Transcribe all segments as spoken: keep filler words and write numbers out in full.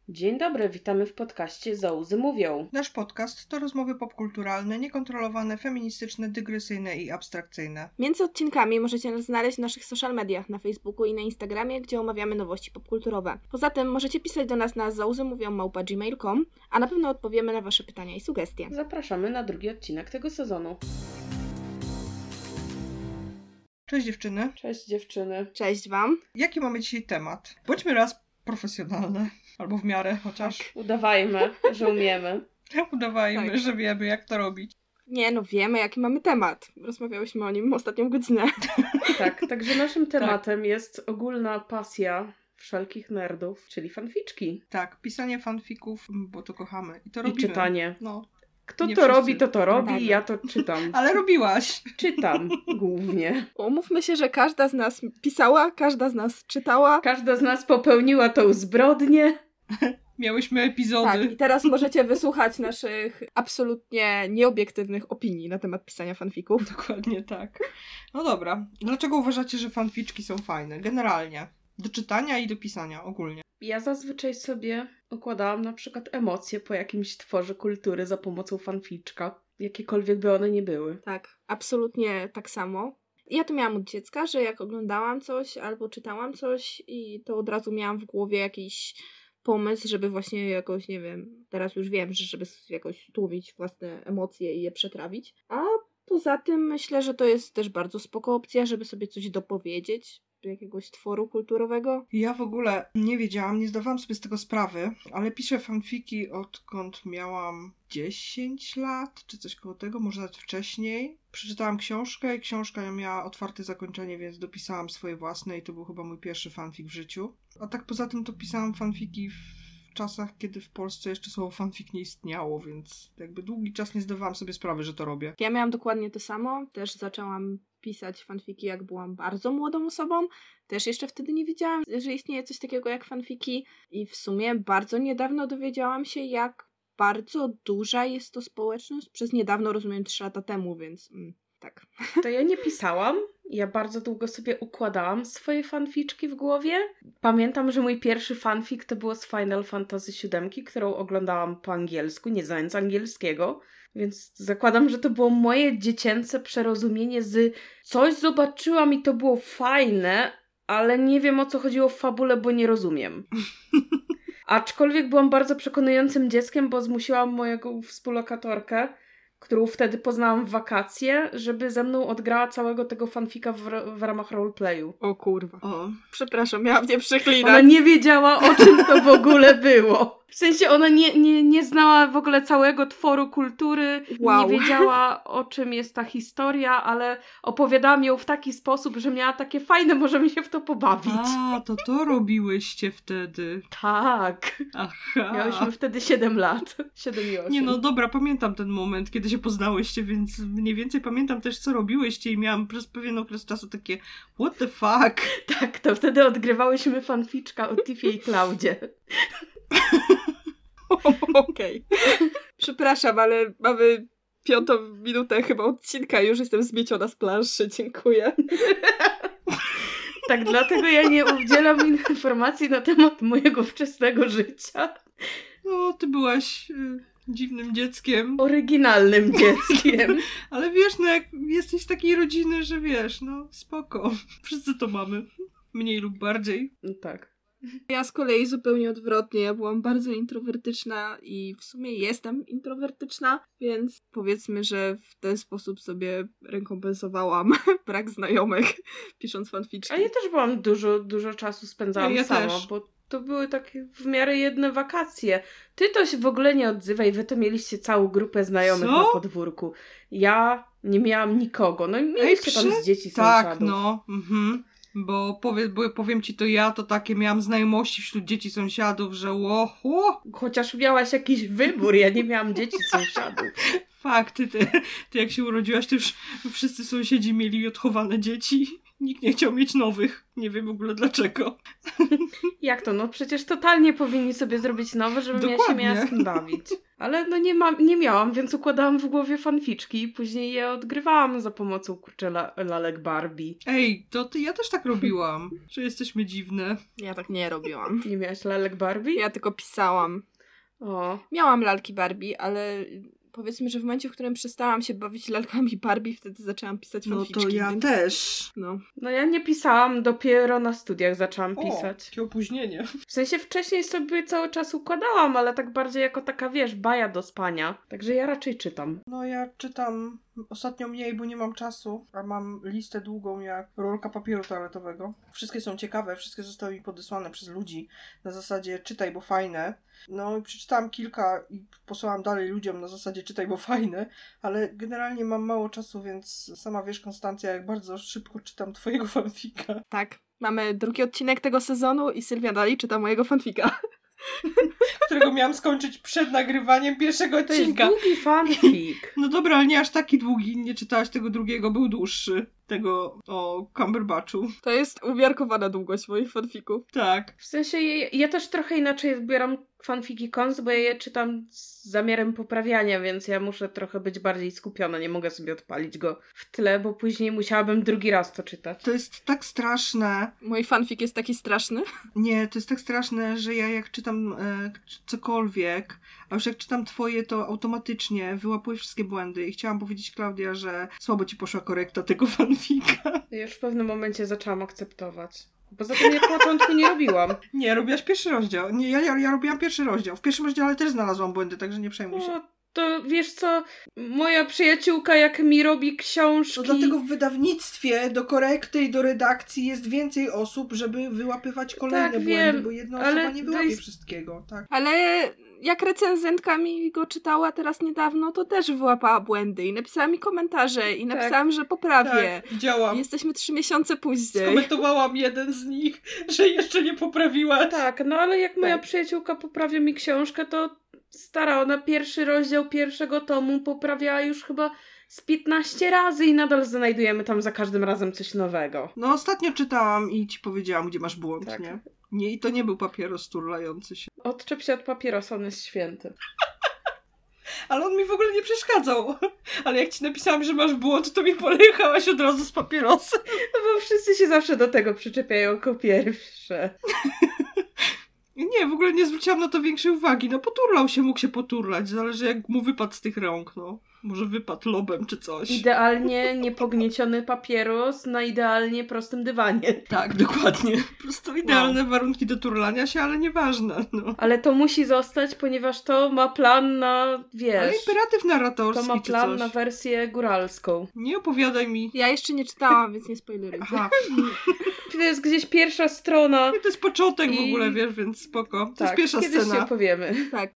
Dzień dobry, witamy w podcaście Zauzy Mówią. Nasz podcast to rozmowy popkulturalne, niekontrolowane, feministyczne, dygresyjne i abstrakcyjne. Między odcinkami możecie nas znaleźć w naszych social mediach, na Facebooku i na Instagramie, gdzie omawiamy nowości popkulturowe. Poza tym możecie pisać do nas na zauzymówią małpa gmail kropka com, a na pewno odpowiemy na wasze pytania i sugestie. Zapraszamy na drugi odcinek tego sezonu. Cześć dziewczyny. Cześć dziewczyny. Cześć wam. Jaki mamy dzisiaj temat? Bądźmy raz profesjonalne, albo w miarę chociaż. Tak, udawajmy, że umiemy. Udawajmy, Tak. że wiemy jak to robić. Nie no, wiemy jaki mamy temat. Rozmawiałyśmy o nim ostatnią godzinę. Tak, także naszym tematem jest ogólna pasja wszelkich nerdów, czyli fanficzki. Tak, pisanie fanfików, bo to kochamy. I to I robimy. czytanie. No. Kto Nie to wszyscy. robi, to to robi, Tak. ja to czytam. Ale robiłaś. Czytam głównie. Umówmy się, że każda z nas pisała, każda z nas czytała. Każda z nas popełniła tą zbrodnię. Miałyśmy epizody. Tak, i teraz możecie wysłuchać naszych absolutnie nieobiektywnych opinii na temat pisania fanfików. Dokładnie tak. No dobra. Dlaczego uważacie, że fanficzki są fajne? Generalnie. Do czytania i do pisania ogólnie. Ja zazwyczaj sobie układałam na przykład emocje po jakimś tworze kultury za pomocą fanficzka. Jakiekolwiek by one nie były. Tak, absolutnie tak samo. Ja to miałam od dziecka, że jak oglądałam coś albo czytałam coś i to od razu miałam w głowie jakiś pomysł, żeby właśnie jakoś, nie wiem, teraz już wiem, że żeby jakoś stłumić własne emocje i je przetrawić. A poza tym myślę, że to jest też bardzo spoko opcja, żeby sobie coś dopowiedzieć, jakiegoś tworu kulturowego. Ja w ogóle nie wiedziałam, nie zdawałam sobie z tego sprawy, ale piszę fanfiki odkąd miałam dziesięć lat, czy coś koło tego, może nawet wcześniej. Przeczytałam książkę i książka miała otwarte zakończenie, więc dopisałam swoje własne i to był chyba mój pierwszy fanfik w życiu. A tak poza tym to pisałam fanfiki w czasach, kiedy w Polsce jeszcze słowo fanfik nie istniało, więc jakby długi czas nie zdawałam sobie sprawy, że to robię. Ja miałam dokładnie to samo, też zaczęłam pisać fanfiki, jak byłam bardzo młodą osobą. Też jeszcze wtedy nie wiedziałam, że istnieje coś takiego jak fanfiki i w sumie bardzo niedawno dowiedziałam się, jak bardzo duża jest to społeczność. Przez niedawno rozumiem trzy lata temu, więc mm, tak. To ja nie pisałam. Ja bardzo długo sobie układałam swoje fanficzki w głowie. Pamiętam, że mój pierwszy fanfic to było z Final Fantasy siedem, którą oglądałam po angielsku, nie znając angielskiego. Więc zakładam, że to było moje dziecięce przerozumienie z coś zobaczyłam i to było fajne, ale nie wiem o co chodziło w fabule, bo nie rozumiem. Aczkolwiek byłam bardzo przekonującym dzieckiem, bo zmusiłam mojego współlokatorkę, którą wtedy poznałam w wakacje, żeby ze mną odgrała całego tego fanfika w, w ramach roleplayu. O kurwa. O. Przepraszam, miałam nie przeklinać. Ona nie wiedziała, o czym to w ogóle było. W sensie ona nie, nie, nie znała w ogóle całego tworu kultury, Wow. nie wiedziała, o czym jest ta historia, ale opowiadałam ją w taki sposób, że miała takie fajne, możemy się w to pobawić. A, to to robiłyście wtedy. Tak. Aha. Miałyśmy wtedy siedem lat. siedem i osiem. Nie no, dobra, pamiętam ten moment, kiedy się poznałyście, więc mniej więcej pamiętam też, co robiłyście i miałam przez pewien okres czasu takie what the fuck? Tak, to wtedy odgrywałyśmy fanficzka o Tiffie i Klaudzie. Okej. Przepraszam, ale mamy piątą minutę chyba odcinka i już jestem zmieciona z planszy. Dziękuję. Tak, dlatego ja nie udzielam informacji na temat mojego wczesnego życia. No, ty byłaś y, dziwnym dzieckiem, Oryginalnym dzieckiem. ale wiesz, no jak jesteś z takiej rodziny, że wiesz, no spoko. Wszyscy to mamy. Mniej lub bardziej. No tak. Ja z kolei zupełnie odwrotnie. Ja byłam bardzo introwertyczna i w sumie jestem introwertyczna, więc powiedzmy, że w ten sposób sobie rekompensowałam brak znajomych, pisząc fanficzki. A ja też byłam dużo, dużo czasu spędzałam Ja- ja sama, też. bo to były takie w miarę jedne wakacje. Ty to się w ogóle nie odzywaj, wy to mieliście całą grupę znajomych Co? na podwórku. Ja nie miałam nikogo. No i mieliście tam prze- z dzieci Tak, sąsiadów. no. Mhm. Bo, powie, bo powiem ci to ja, to takie miałam znajomości wśród dzieci sąsiadów, że łoho, Chociaż miałaś jakiś wybór, ja nie miałam dzieci sąsiadów. fakty, ty, ty jak się urodziłaś, to już wszyscy sąsiedzi mieli odchowane dzieci. Nikt nie chciał mieć nowych. Nie wiem w ogóle dlaczego. Jak to? No przecież totalnie powinni sobie zrobić nowe, żebym ja się miała z kim bawić. Ale no nie, ma, nie miałam, więc układałam w głowie fanficzki i później je odgrywałam za pomocą, kurczę, la, lalek Barbie. Ej, to ty, ja też tak robiłam, że jesteśmy dziwne. Ja tak nie robiłam. Nie miałaś lalek Barbie? Ja tylko pisałam. O. Miałam lalki Barbie, ale powiedzmy, że w momencie, w którym przestałam się bawić lalkami Barbie, wtedy zaczęłam pisać fanficzki. No to ja więc... też. No. No ja nie pisałam, dopiero na studiach zaczęłam pisać. O, jakie opóźnienie. W sensie wcześniej sobie cały czas układałam, ale tak bardziej jako taka, wiesz, baja do spania. Także ja raczej czytam. No ja czytam ostatnio mniej, bo nie mam czasu, a mam listę długą jak rolka papieru toaletowego. Wszystkie są ciekawe, wszystkie zostały mi podesłane przez ludzi na zasadzie czytaj, bo fajne. No i przeczytałam kilka i posłałam dalej ludziom na zasadzie czytaj, bo fajne, ale generalnie mam mało czasu, więc sama wiesz, Konstancja, jak bardzo szybko czytam twojego fanfika. Tak. Mamy drugi odcinek tego sezonu i Sylwia dalej czyta mojego fanfika. Którego miałam skończyć przed nagrywaniem pierwszego To jest odcinka. długi fanfic. No dobra, ale nie aż taki długi, nie czytałaś tego drugiego, był dłuższy. Tego o Cumberbatchu. To jest umiarkowana długość moich fanfików. Tak. W sensie ja, ja też trochę inaczej odbieram fanfiki Kons, bo ja je czytam z zamiarem poprawiania, więc ja muszę trochę być bardziej skupiona. Nie mogę sobie odpalić go w tle, bo później musiałabym drugi raz to czytać. To jest tak straszne. Mój fanfic jest taki straszny. Nie, to jest tak straszne, że ja jak czytam e, cokolwiek, a już jak czytam twoje, to automatycznie wyłapuję wszystkie błędy. I chciałam powiedzieć, Klaudia, że słabo ci poszła korekta tego fanfika. Ja już w pewnym momencie zaczęłam akceptować. Poza tym ja na początku nie robiłam. Nie, robiłaś pierwszy rozdział. Nie, ja, ja, ja robiłam pierwszy rozdział. W pierwszym rozdziale też znalazłam błędy, także nie przejmuj się. No, to wiesz co, moja przyjaciółka jak mi robi książki... To dlatego w wydawnictwie do korekty i do redakcji jest więcej osób, żeby wyłapywać kolejne Tak, błędy, wiem, bo jedna ale osoba nie to wyłapie jest- wszystkiego. Tak. Ale jak recenzentka mi go czytała teraz niedawno, to też wyłapała błędy i napisała mi komentarze i napisałam, że poprawię. Tak, widziałam. Jesteśmy trzy miesiące później. Skomentowałam jeden z nich, że jeszcze nie poprawiłaś. Tak, no ale jak moja Tak. przyjaciółka poprawia mi książkę, to stara, ona pierwszy rozdział pierwszego tomu poprawiała już chyba z piętnaście razy i nadal znajdujemy tam za każdym razem coś nowego. No ostatnio czytałam i ci powiedziałam, gdzie masz błąd, Tak. nie? Nie, i to nie był papieros turlający się. Odczep się od papierosa, on jest święty. Ale on mi w ogóle nie przeszkadzał. Ale jak ci napisałam, że masz błąd, to mi polechałaś od razu z papierosem. No bo wszyscy się zawsze do tego przyczepiają jako pierwsze. Nie, w ogóle nie zwróciłam na to większej uwagi. No poturlał się, mógł się poturlać. Zależy jak mu wypadł z tych rąk, no. Może wypadł lobem czy coś. Idealnie niepognieciony papieros na idealnie prostym dywanie. Tak, dokładnie. Po prostu idealne warunki do turlania się, ale nieważne, no. Ale to musi zostać, ponieważ to ma plan na, wiesz... Ale imperatyw narratorski To ma czy plan coś. na wersję góralską. Nie opowiadaj mi. Ja jeszcze nie czytałam, więc nie spoileruję. Aha, To jest gdzieś pierwsza strona. to jest początek w I- ogóle, wiesz, więc spoko. To Tak, jest pierwsza kiedyś scena. się opowiemy. Tak.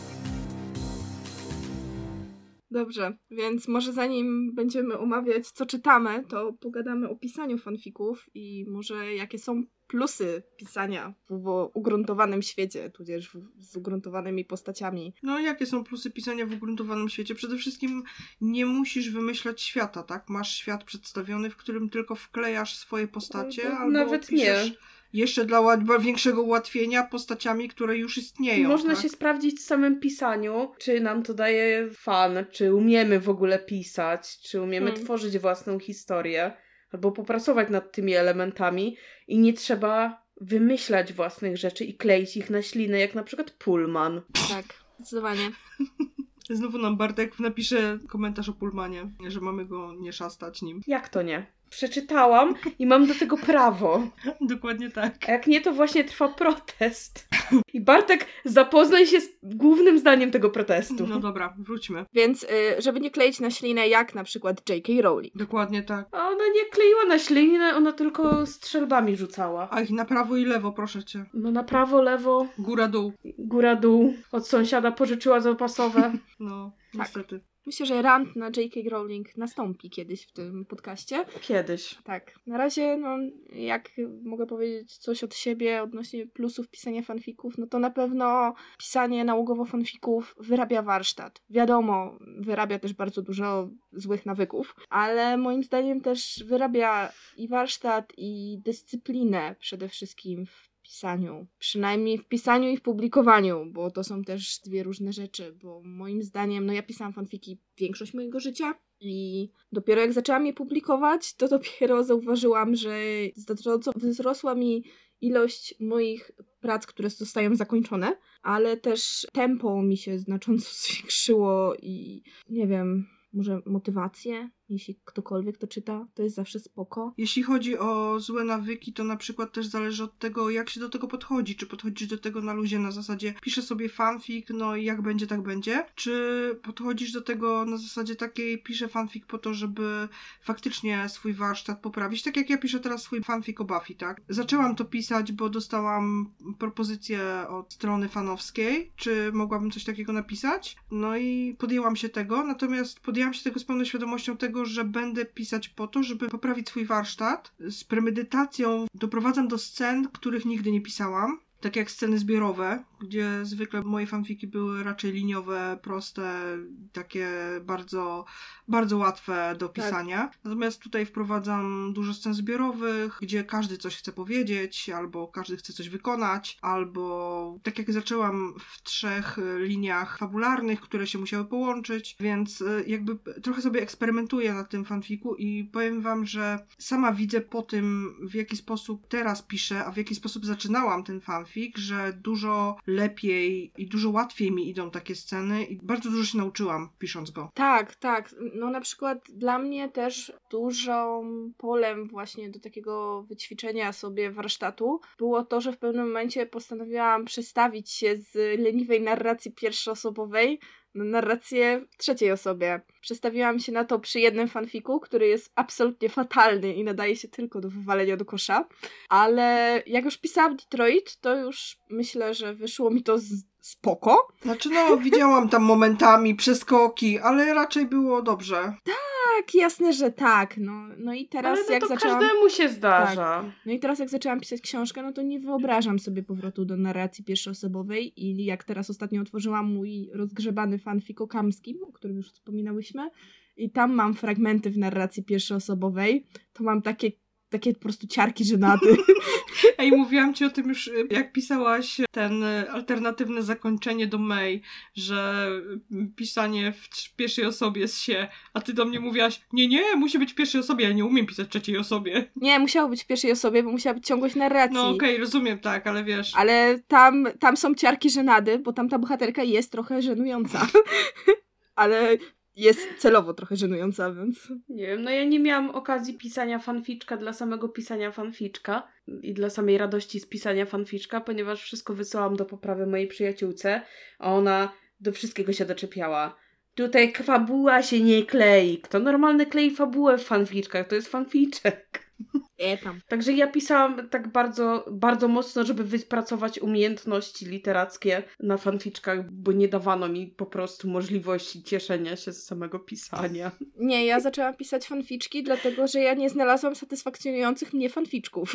Dobrze, więc może zanim będziemy omawiać, co czytamy, to pogadamy o pisaniu fanfików i może jakie są plusy pisania w ugruntowanym świecie, tudzież w, z ugruntowanymi postaciami. No, jakie są plusy pisania w ugruntowanym świecie? Przede wszystkim nie musisz wymyślać świata, tak? Masz świat przedstawiony, w którym tylko wklejasz swoje postacie, No, albo nawet piszesz nie. jeszcze dla ład- większego ułatwienia postaciami, które już istnieją. Można tak? się sprawdzić w samym pisaniu, czy nam to daje fan, czy umiemy w ogóle pisać, czy umiemy Hmm. tworzyć własną historię, albo popracować nad tymi elementami i nie trzeba wymyślać własnych rzeczy i kleić ich na ślinę, jak na przykład Pullman. Tak, zdecydowanie. Znowu nam Bartek napisze komentarz o Pullmanie, że mamy go nie szastać nim. Jak to nie? Przeczytałam i mam do tego prawo. Dokładnie tak. A jak nie, to właśnie trwa protest. I Bartek, zapoznaj się z głównym zdaniem tego protestu. No dobra, wróćmy. Więc, y, żeby nie kleić na ślinę, jak na przykład J K. Rowling. Dokładnie tak. A ona nie kleiła na ślinę, ona tylko strzelbami rzucała. A ich na prawo i lewo, proszę cię. No na prawo, lewo, Góra, dół. góra, dół. Od sąsiada pożyczyła zapasowe. No, Tak. niestety. Myślę, że rant na J K. Rowling nastąpi kiedyś w tym podcaście. Kiedyś. Tak. Na razie, no, jak mogę powiedzieć coś od siebie odnośnie plusów pisania fanfików, no to na pewno pisanie nałogowo fanfików wyrabia warsztat. Wiadomo, wyrabia też bardzo dużo złych nawyków, ale moim zdaniem też wyrabia i warsztat, i dyscyplinę przede wszystkim w pisaniu. Przynajmniej w pisaniu i w publikowaniu, bo to są też dwie różne rzeczy, bo moim zdaniem, no ja pisałam fanfiki większość mojego życia i dopiero jak zaczęłam je publikować, to dopiero zauważyłam, że znacząco wzrosła mi ilość moich prac, które zostają zakończone, ale też tempo mi się znacząco zwiększyło i nie wiem, może motywację, jeśli ktokolwiek to czyta, to jest zawsze spoko. Jeśli chodzi o złe nawyki, to na przykład też zależy od tego, jak się do tego podchodzi. Czy podchodzisz do tego na luzie, na zasadzie piszę sobie fanfic, no i jak będzie, tak będzie. Czy podchodzisz do tego na zasadzie takiej, piszę fanfic po to, żeby faktycznie swój warsztat poprawić. Tak jak ja piszę teraz swój fanfic o Buffy, tak? Zaczęłam to pisać, bo dostałam propozycję od strony fanowskiej, czy mogłabym coś takiego napisać. No i podjęłam się tego, natomiast podjęłam się tego z pełną świadomością tego, że będę pisać po to, żeby poprawić swój warsztat. Z premedytacją doprowadzam do scen, których nigdy nie pisałam. Tak jak sceny zbiorowe, gdzie zwykle moje fanfiki były raczej liniowe, proste, takie bardzo, bardzo łatwe do pisania. Tak. Natomiast tutaj wprowadzam dużo scen zbiorowych, gdzie każdy coś chce powiedzieć, albo każdy chce coś wykonać, albo tak jak zaczęłam w trzech liniach fabularnych, które się musiały połączyć, więc jakby trochę sobie eksperymentuję na tym fanfiku i powiem wam, że sama widzę po tym, w jaki sposób teraz piszę, a w jaki sposób zaczynałam ten fanfic, że dużo lepiej i dużo łatwiej mi idą takie sceny i bardzo dużo się nauczyłam pisząc go. Tak, tak. No na przykład dla mnie też dużym polem właśnie do takiego wyćwiczenia sobie warsztatu było to, że w pewnym momencie postanowiłam przestawić się z leniwej narracji pierwszoosobowej na narrację w trzeciej osobie. Przestawiłam się na to przy jednym fanfiku, który jest absolutnie fatalny i nadaje się tylko do wywalenia do kosza, ale jak już pisałam Detroit, to już myślę, że wyszło mi to z spoko. Znaczy no, widziałam tam momentami przeskoki, ale raczej było dobrze. Tak, jasne, że tak. No, no i teraz ale no jak to zaczęłam... każdemu się zdarza. Tak. No i teraz jak zaczęłam pisać książkę, no to nie wyobrażam sobie powrotu do narracji pierwszoosobowej i jak teraz ostatnio otworzyłam mój rozgrzebany fanfic o Kamskim, o którym już wspominałyśmy, i tam mam fragmenty w narracji pierwszoosobowej, to mam takie takie po prostu ciarki żenady. Ej, mówiłam ci o tym już, jak pisałaś ten alternatywne zakończenie do May, że pisanie w pierwszej osobie jest się, a ty do mnie mówiłaś, nie, nie, musi być w pierwszej osobie, ja nie umiem pisać w trzeciej osobie. Nie, musiało być w pierwszej osobie, bo musiała być ciągłość narracji. No okej, okay, rozumiem, tak, ale wiesz. Ale tam, tam są ciarki żenady, bo tam ta bohaterka jest trochę żenująca. Ale jest celowo trochę żenująca, więc... Nie wiem, no ja nie miałam okazji pisania fanficzka dla samego pisania fanficzka i dla samej radości z pisania fanficzka, ponieważ wszystko wysyłam do poprawy mojej przyjaciółce, a ona do wszystkiego się doczepiała. Tutaj fabuła się nie klei. Kto normalny klei fabułę w fanficzkach? To jest fanficzek. E tam. Także ja pisałam tak bardzo, bardzo mocno, żeby wypracować umiejętności literackie na fanficzkach, bo nie dawano mi po prostu możliwości cieszenia się z samego pisania. Nie, ja zaczęłam pisać fanficzki, dlatego że ja nie znalazłam satysfakcjonujących mnie fanficzków.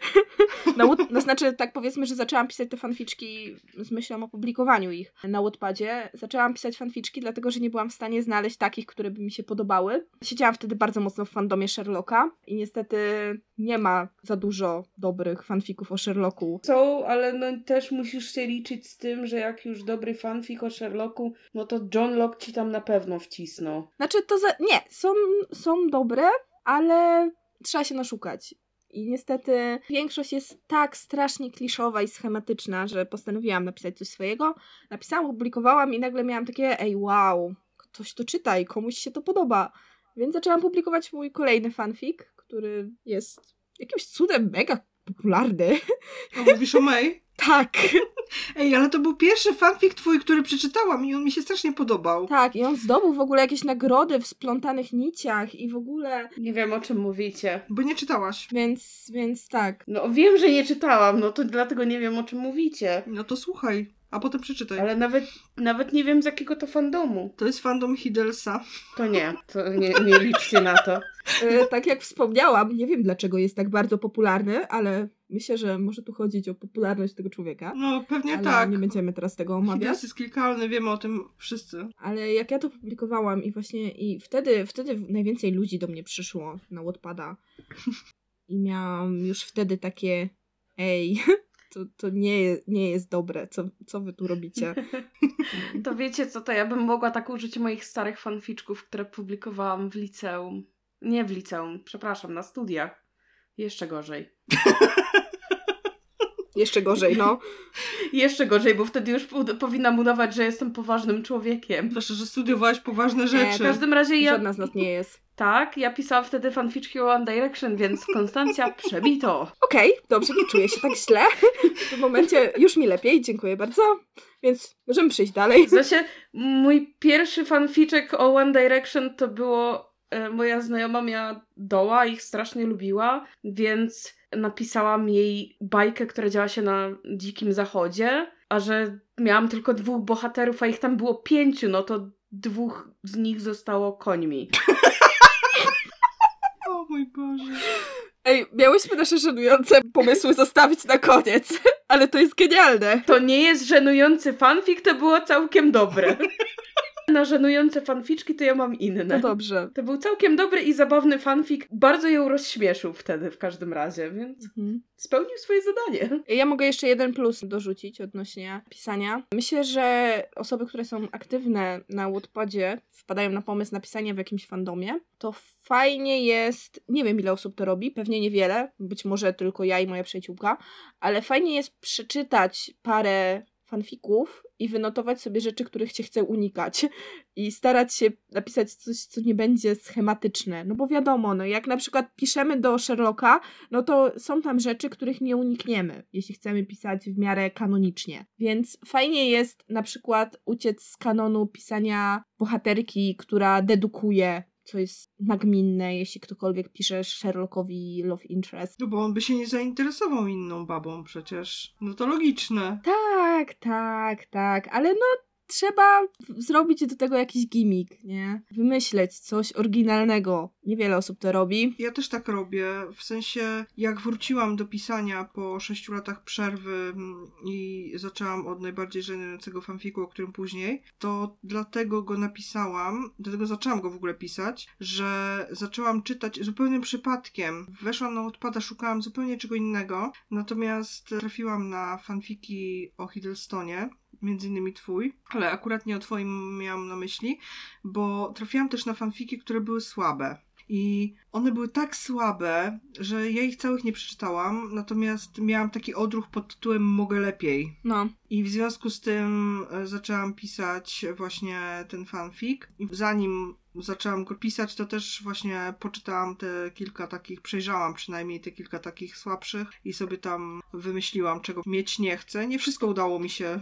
Na, no, znaczy, tak powiedzmy, że zaczęłam pisać te fanficzki z myślą o publikowaniu ich na Wattpadzie. Zaczęłam pisać fanficzki, dlatego że nie byłam w stanie znaleźć takich, które by mi się podobały. Siedziałam wtedy bardzo mocno w fandomie Sherlocka i niestety nie ma za dużo dobrych fanfików o Sherlocku. Są, ale no też musisz się liczyć z tym, że jak już dobry fanfic o Sherlocku, no to John Locke ci tam na pewno wcisnął. Znaczy to za... Nie, są, są dobre, ale trzeba się naszukać. I niestety większość jest tak strasznie kliszowa i schematyczna, że postanowiłam napisać coś swojego. Napisałam, opublikowałam i nagle miałam takie, ej wow, ktoś to czyta i komuś się to podoba. Więc zaczęłam publikować mój kolejny fanfic, który jest jakimś cudem mega popularny. O, mówisz o May? Tak. Ej, ale to był pierwszy fanfic twój, który przeczytałam i on mi się strasznie podobał. Tak, i on zdobył w ogóle jakieś nagrody w splątanych niciach i w ogóle... Nie wiem, o czym mówicie. Bo nie czytałaś. Więc, więc tak. No wiem, że nie czytałam, no to dlatego nie wiem, o czym mówicie. No to słuchaj. A potem przeczytaj. Ale nawet, nawet nie wiem z jakiego to fandomu. To jest fandom Hiddelsa. To nie, to nie, nie liczcie na to. E, tak jak wspomniałam, nie wiem dlaczego jest tak bardzo popularny, ale myślę, że może tu chodzić o popularność tego człowieka. No pewnie ale tak. nie będziemy teraz tego omawiać. Hiddels jest klikalny, wiemy o tym wszyscy. Ale jak ja to publikowałam i właśnie i wtedy, wtedy najwięcej ludzi do mnie przyszło na Wattpada. I miałam już wtedy takie ej, to, to nie, jest, nie jest dobre, co, co wy tu robicie? To wiecie co, to ja bym mogła tak użyć moich starych fanficzków, które publikowałam w liceum. Nie w liceum, przepraszam, na studiach. Jeszcze gorzej. Jeszcze gorzej, no. Jeszcze gorzej, bo wtedy już ud- powinnam udawać, że jestem poważnym człowiekiem. Proszę, że studiowałaś poważne rzeczy. W każdym razie ja... Żadna z nas nie jest. Tak, ja pisałam wtedy fanficzki o One Direction, więc Konstancja, przebij to. Okej, okay, dobrze, nie czuję się tak źle. W tym momencie już mi lepiej, dziękuję bardzo. Więc możemy przejść dalej. W sensie, mój pierwszy fanficzek o One Direction to było... E, moja znajoma miała doła, ich strasznie lubiła, więc napisałam jej bajkę, która działa się na Dzikim Zachodzie, a że miałam tylko dwóch bohaterów, a ich tam było pięciu, no to dwóch z nich zostało końmi. O mój Boże. Ej, miałyśmy nasze żenujące pomysły zostawić na koniec, ale to jest genialne. To nie jest żenujący fanfic, to było całkiem dobre. Na żenujące fanficzki to ja mam inne. No dobrze. To był całkiem dobry i zabawny fanfic. Bardzo ją rozśmieszył wtedy w każdym razie, więc Mhm. spełnił swoje zadanie. Ja mogę jeszcze jeden plus dorzucić odnośnie pisania. Myślę, że osoby, które są aktywne na Wattpadzie, wpadają na pomysł napisania w jakimś fandomie, to fajnie jest, nie wiem ile osób to robi, pewnie niewiele, być może tylko ja i moja przyjaciółka, ale fajnie jest przeczytać parę fanfików i wynotować sobie rzeczy, których się chce unikać i starać się napisać coś, co nie będzie schematyczne, no bo wiadomo, no jak na przykład piszemy do Sherlocka, no to są tam rzeczy, których nie unikniemy, jeśli chcemy pisać w miarę kanonicznie, więc fajnie jest na przykład uciec z kanonu pisania bohaterki, która dedukuje, co jest nagminne, jeśli ktokolwiek pisze Sherlockowi love interest. No bo on by się nie zainteresował inną babą przecież. No to logiczne. Tak, tak, tak, ale no trzeba zrobić do tego jakiś gimmick, nie? Wymyśleć coś oryginalnego. Niewiele osób to robi. Ja też tak robię, w sensie jak wróciłam do pisania po sześciu latach przerwy i zaczęłam od najbardziej żenującego fanfiku, o którym później, to dlatego go napisałam, dlatego zaczęłam go w ogóle pisać, że zaczęłam czytać zupełnym przypadkiem. Weszłam na Wattpada, szukałam zupełnie czego innego, natomiast trafiłam na fanfiki o Hiddlestonie, między innymi twój, ale akurat nie o twoim miałam na myśli, bo trafiłam też na fanfiki, które były słabe. I one były tak słabe, że ja ich całych nie przeczytałam, natomiast miałam taki odruch pod tytułem Mogę lepiej. No. I w związku z tym zaczęłam pisać właśnie ten fanfic. I zanim zaczęłam go pisać, to też właśnie poczytałam te kilka takich, przejrzałam przynajmniej te kilka takich słabszych i sobie tam wymyśliłam, czego mieć nie chcę. Nie wszystko udało mi się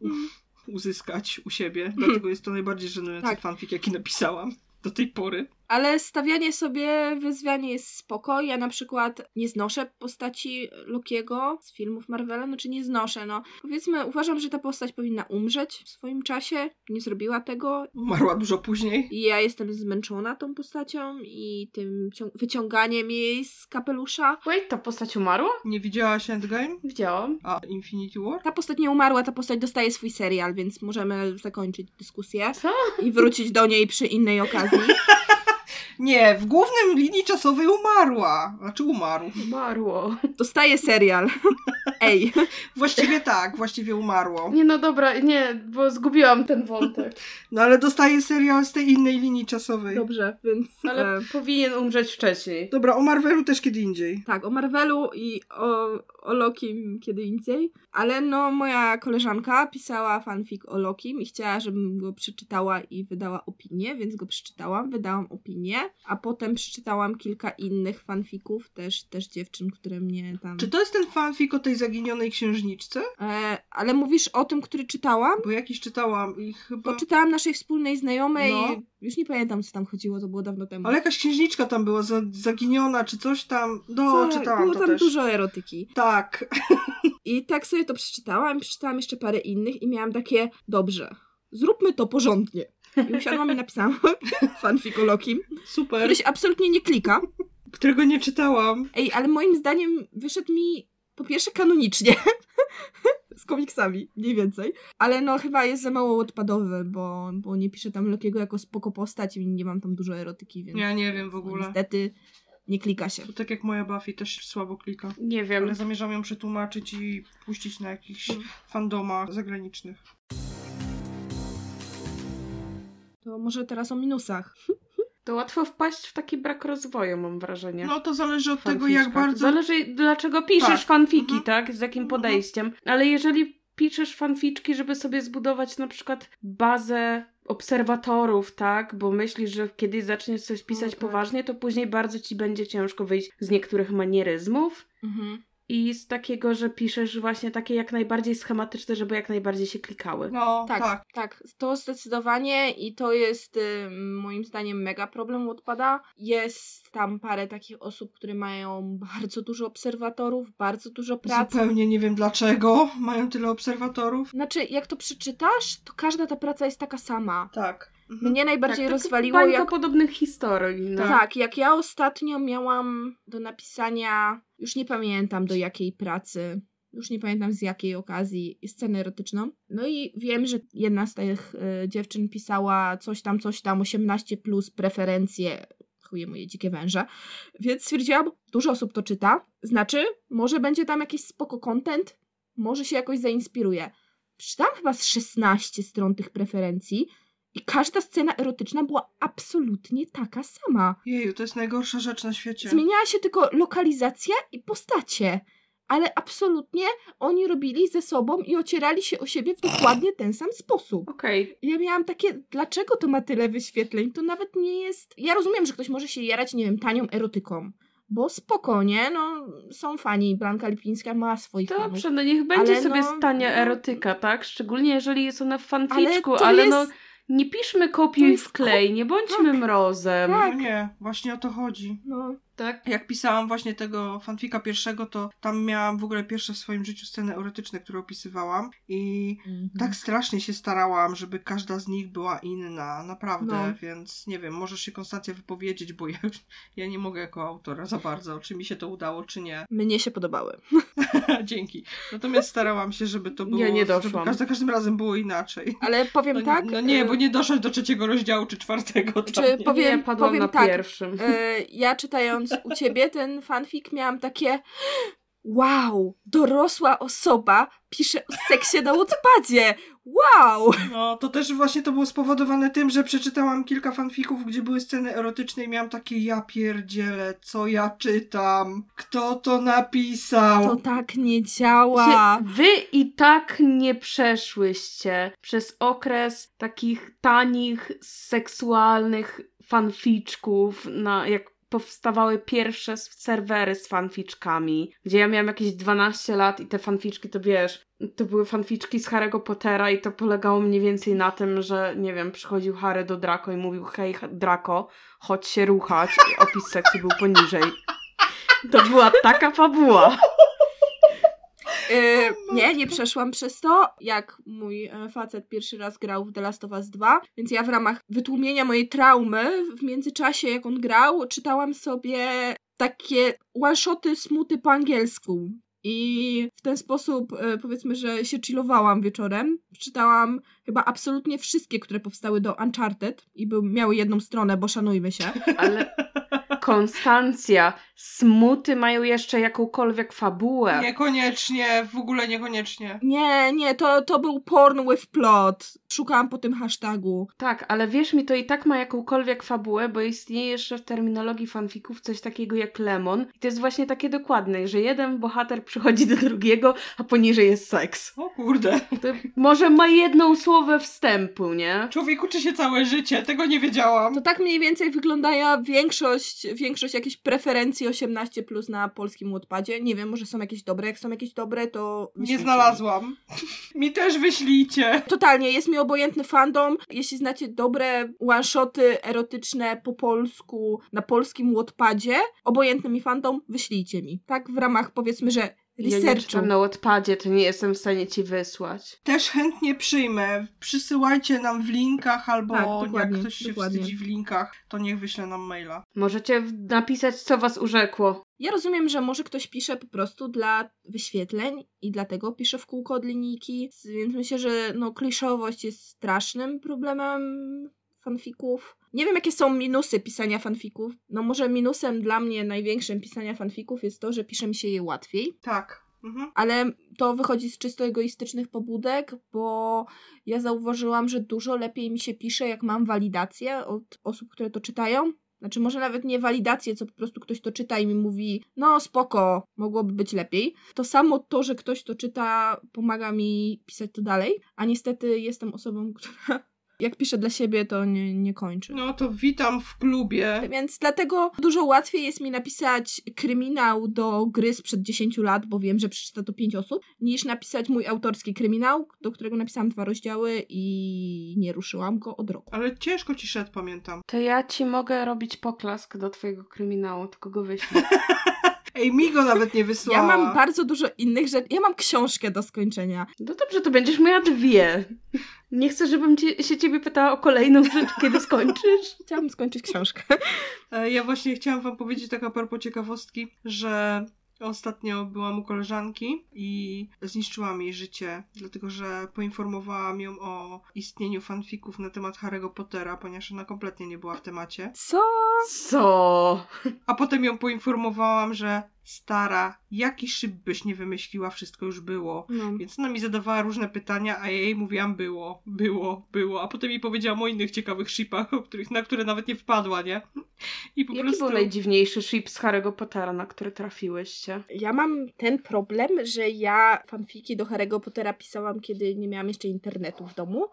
uzyskać u siebie, dlatego jest to najbardziej żenujący tak. fanfic, jaki napisałam do tej pory. Ale stawianie sobie wyzwania jest spoko. Ja na przykład nie znoszę postaci Lokiego z filmów Marvela, znaczy nie znoszę, no. Powiedzmy, uważam, że ta postać powinna umrzeć w swoim czasie. Nie zrobiła tego. Umarła dużo później. I ja jestem zmęczona tą postacią i tym cią- wyciąganiem jej z kapelusza. Wait, ta postać umarła? Nie widziałaś Endgame? Widziałam. A Infinity War? Ta postać nie umarła, ta postać dostaje swój serial, więc możemy zakończyć dyskusję. Co? I wrócić do niej przy innej okazji. Nie, w głównym linii czasowej umarła. Znaczy umarł. Umarło. Dostaje serial. Ej. Właściwie tak, właściwie umarło. Nie no dobra, nie, bo zgubiłam ten wątek. No ale dostaje serial z tej innej linii czasowej. Dobrze, więc... Ale e... powinien umrzeć wcześniej. Dobra, o Marvelu też kiedy indziej. Tak, o Marvelu i o, o Lokim kiedy indziej. Ale no, moja koleżanka pisała fanfic o Lokim i chciała, żebym go przeczytała i wydała opinię, więc go przeczytałam, wydałam opinię, a potem przeczytałam kilka innych fanfików, też, też dziewczyn, które mnie tam... Czy to jest ten fanfic o tej zaginionej zaginionej księżniczce? E, ale mówisz o tym, który czytałam? Bo jakiś czytałam i chyba... To czytałam naszej wspólnej znajomej No. i już nie pamiętam, co tam chodziło, to było dawno temu. Ale jakaś księżniczka tam była za, zaginiona, czy coś tam. No, Co, czytałam było to tam też. dużo erotyki. Tak. I tak sobie to przeczytałam, przeczytałam jeszcze parę innych i miałam takie, dobrze, zróbmy to porządnie. I usiadłam i napisałam fanfic o Lokim, Super. który się absolutnie nie klika. Którego nie czytałam. Ej, ale moim zdaniem wyszedł mi po pierwsze kanonicznie. Z komiksami, mniej więcej. Ale no chyba jest za mało odpadowy, bo, bo nie piszę tam Lokiego jako spoko postać i nie mam tam dużo erotyki, więc... Ja nie wiem w ogóle. Niestety nie klika się. To tak jak moja Buffy, też słabo klika. Nie wiem. Ale zamierzam ją przetłumaczyć i puścić na jakichś Mm. fandomach zagranicznych. To może teraz o minusach. To łatwo wpaść w taki brak rozwoju, mam wrażenie. No to zależy od tego, Fanficzkach. jak bardzo... Zależy, dlaczego piszesz Tak. fanfiki, Mhm. tak? Z jakim Mhm. podejściem. Ale jeżeli piszesz fanficzki, żeby sobie zbudować na przykład bazę obserwatorów, tak? Bo myślisz, że kiedyś zaczniesz coś pisać No tak. poważnie, to później bardzo ci będzie ciężko wyjść z niektórych manieryzmów. Mhm. I z takiego, że piszesz właśnie takie jak najbardziej schematyczne, żeby jak najbardziej się klikały. No, Tak, tak. tak, to zdecydowanie i to jest y, moim zdaniem mega problem odpada. Jest tam parę takich osób, które mają bardzo dużo obserwatorów, bardzo dużo pracy. Zupełnie nie wiem dlaczego mają tyle obserwatorów. Znaczy, jak to przeczytasz, to każda ta praca jest taka sama. Tak. Mhm. Mnie najbardziej tak, rozwaliło, bańka jak... podobnych historii. No. Tak, jak ja ostatnio miałam do napisania, już nie pamiętam do jakiej pracy, już nie pamiętam z jakiej okazji, scenę erotyczną. No i wiem, że jedna z tych y, dziewczyn pisała coś tam, coś tam, osiemnaście plus preferencje, chuje moje dzikie węże. Więc stwierdziłam, dużo osób to czyta, znaczy może będzie tam jakiś spoko content, może się jakoś zainspiruje. Przeczytałam chyba z szesnaście stron tych preferencji i każda scena erotyczna była absolutnie taka sama. Jeju, to jest najgorsza rzecz na świecie. Zmieniała się tylko lokalizacja i postacie, ale absolutnie oni robili ze sobą i ocierali się o siebie w dokładnie ten sam sposób. Okej. I ja miałam takie, dlaczego to ma tyle wyświetleń? To nawet nie jest... Ja rozumiem, że ktoś może się jarać, nie wiem, tanią erotyką, bo spokojnie, no są fani, Blanka Lipińska ma swoich fanów. Dobrze, no niech będzie Ale sobie no- stania erotyka, tak? Szczególnie jeżeli jest ona w fanficzku, to ale, jest- no nie piszmy to kopiuj jest wklej, nie bądźmy tak. mrozem. Tak. No nie, właśnie o to chodzi. No, Tak? Jak pisałam właśnie tego fanfika pierwszego, to tam miałam w ogóle pierwsze w swoim życiu sceny erotyczne, które opisywałam i tak strasznie się starałam, żeby każda z nich była inna, naprawdę, No. więc nie wiem, możesz się Konstancja wypowiedzieć, bo ja, ja nie mogę jako autora za bardzo, czy mi się to udało, czy nie. mnie się podobały. Dzięki. Natomiast starałam się, żeby to było, Ja nie żeby doszłam. każ- za każdym razem było inaczej. Ale powiem No, tak... no nie, y, bo nie doszłaś do trzeciego rozdziału, czy czwartego. Tam, Czy nie? powiem- nie, padłam powiem na tak. pierwszym. E, ja czytając u ciebie ten fanfic miałam takie wow, dorosła osoba pisze o seksie na Wattpadzie. Wow! No, to też właśnie to było spowodowane tym, że przeczytałam kilka fanfików, gdzie były sceny erotyczne i miałam takie ja pierdzielę, co ja czytam? Kto to napisał? To tak nie działa. Wy i tak nie przeszłyście przez okres takich tanich, seksualnych fanficzków, na, jak powstawały pierwsze serwery z fanficzkami, gdzie ja miałam jakieś dwanaście lat i te fanficzki, to wiesz, to były fanficzki z Harry'ego Pottera i to polegało mniej więcej na tym, że, nie wiem, przychodził Harry do Draco i mówił hej Draco, chodź się ruchać i opis seksu był poniżej. To była taka fabuła. E, nie, nie przeszłam przez to, jak mój e, facet pierwszy raz grał w The Last of Us dwa, więc ja w ramach wytłumienia mojej traumy w międzyczasie, jak on grał, czytałam sobie takie one-shoty smuty po angielsku. I w ten sposób, e, powiedzmy, że się chillowałam wieczorem. Czytałam chyba absolutnie wszystkie, które powstały do Uncharted i był, miały jedną stronę, bo szanujmy się. Ale Konstancja, smuty mają jeszcze jakąkolwiek fabułę. Niekoniecznie, w ogóle niekoniecznie. Nie, nie, to, to był porn with plot. Szukałam po tym hashtagu. Tak, ale wierz mi, to i tak ma jakąkolwiek fabułę, bo istnieje jeszcze w terminologii fanfików coś takiego jak lemon. I to jest właśnie takie dokładne, że jeden bohater przychodzi do drugiego, a poniżej jest seks. O kurde. To może ma jedną słowę wstępu, nie? Człowiek uczy się całe życie, tego nie wiedziałam. To tak mniej więcej wyglądają większość, większość jakichś preferencji wersji osiemnaście plus na polskim Wattpadzie. Nie wiem, może są jakieś dobre. Jak są jakieś dobre, to Nie wyślijcie znalazłam. Mi też wyślijcie. Totalnie, jest mi obojętny fandom. Jeśli znacie dobre one-shoty erotyczne po polsku na polskim Wattpadzie, obojętny mi fandom, wyślijcie mi. Tak w ramach, powiedzmy, że researchu. Ja nie czytam na Wattpadzie, to nie jestem w stanie ci wysłać. Też chętnie przyjmę. Przysyłajcie nam w linkach, albo Tak, jak dokładnie, ktoś się dokładnie. wstydzi w linkach, to niech wyśle nam maila. Możecie w- napisać, co was urzekło. Ja rozumiem, że może ktoś pisze po prostu dla wyświetleń i dlatego pisze w kółko od linijki, więc myślę, że no kliszowość jest strasznym problemem fanfików. Nie wiem, jakie są minusy pisania fanfików. No może minusem dla mnie największym pisania fanfików jest to, że pisze mi się je łatwiej. Tak. Mhm. Ale to wychodzi z czysto egoistycznych pobudek, bo ja zauważyłam, że dużo lepiej mi się pisze, jak mam walidację od osób, które to czytają. Znaczy może nawet nie walidację, co po prostu ktoś to czyta i mi mówi, no spoko, mogłoby być lepiej. To samo to, że ktoś to czyta, pomaga mi pisać to dalej, a niestety jestem osobą, która jak pisze dla siebie, to nie, nie kończy. No to witam w klubie. Więc dlatego dużo łatwiej jest mi napisać kryminał do gry sprzed dziesięciu lat, bo wiem, że przeczyta to pięć osób, niż napisać mój autorski kryminał, do którego napisałam dwa rozdziały i nie ruszyłam go od roku. Ale ciężko ci szedł, pamiętam. To ja ci mogę robić poklask do twojego kryminału, tylko go wyślę. Ej, mi go nawet nie wysłała. Ja mam bardzo dużo innych rzeczy. Ja mam książkę do skończenia. No dobrze, to będziesz miała dwie. Nie chcę, żebym ci, się ciebie pytała o kolejną rzecz, kiedy skończysz. Chciałabym skończyć książkę. E, Ja właśnie chciałam wam powiedzieć tak a propos ciekawostki, że ostatnio byłam u koleżanki i zniszczyłam jej życie, dlatego że poinformowałam ją o istnieniu fanfików na temat Harry'ego Pottera, ponieważ ona kompletnie nie była w temacie. Co? Co? A potem ją poinformowałam, że stara, jaki szyb byś nie wymyśliła, wszystko już było. No. Więc ona mi zadawała różne pytania, a ja jej mówiłam było, było, było. A potem mi powiedziałam o innych ciekawych shipach, o których, na które nawet nie wpadła, nie? I po Jaki prostu... był najdziwniejszy ship z Harry'ego Pottera, na który trafiłyście? Ja mam ten problem, że ja fanfiki do Harry'ego Pottera pisałam, kiedy nie miałam jeszcze internetu w domu,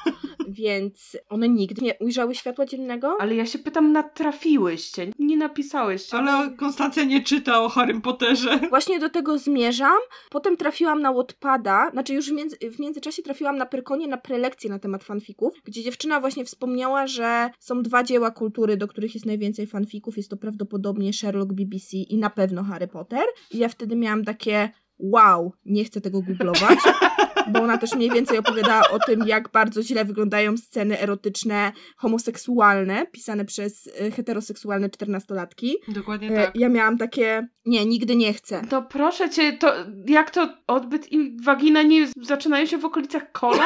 więc one nigdy nie ujrzały światła dziennego. Ale ja się pytam, natrafiłyście, nie napisałyście. Ale Konstancja nie czyta o Harrym Potterze. Właśnie do tego zmierzam. Potem trafiłam na Wattpada, znaczy już w, między, w międzyczasie trafiłam na Pyrkonie na prelekcję na temat fanfików, gdzie dziewczyna właśnie wspomniała, że są dwa dzieła kultury, do których jest najwięcej fanfików. Jest to prawdopodobnie Sherlock, B B C i na pewno Harry Potter. I ja wtedy miałam takie wow, nie chcę tego googlować, bo ona też mniej więcej opowiadała o tym, jak bardzo źle wyglądają sceny erotyczne, homoseksualne, pisane przez y, heteroseksualne czternastolatki. Dokładnie E, tak. Ja miałam takie, nie, nigdy nie chcę. To proszę cię, to jak to odbyt i wagina nie zaczynają się w okolicach kolan?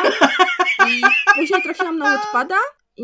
I później trafiłam na Wattpada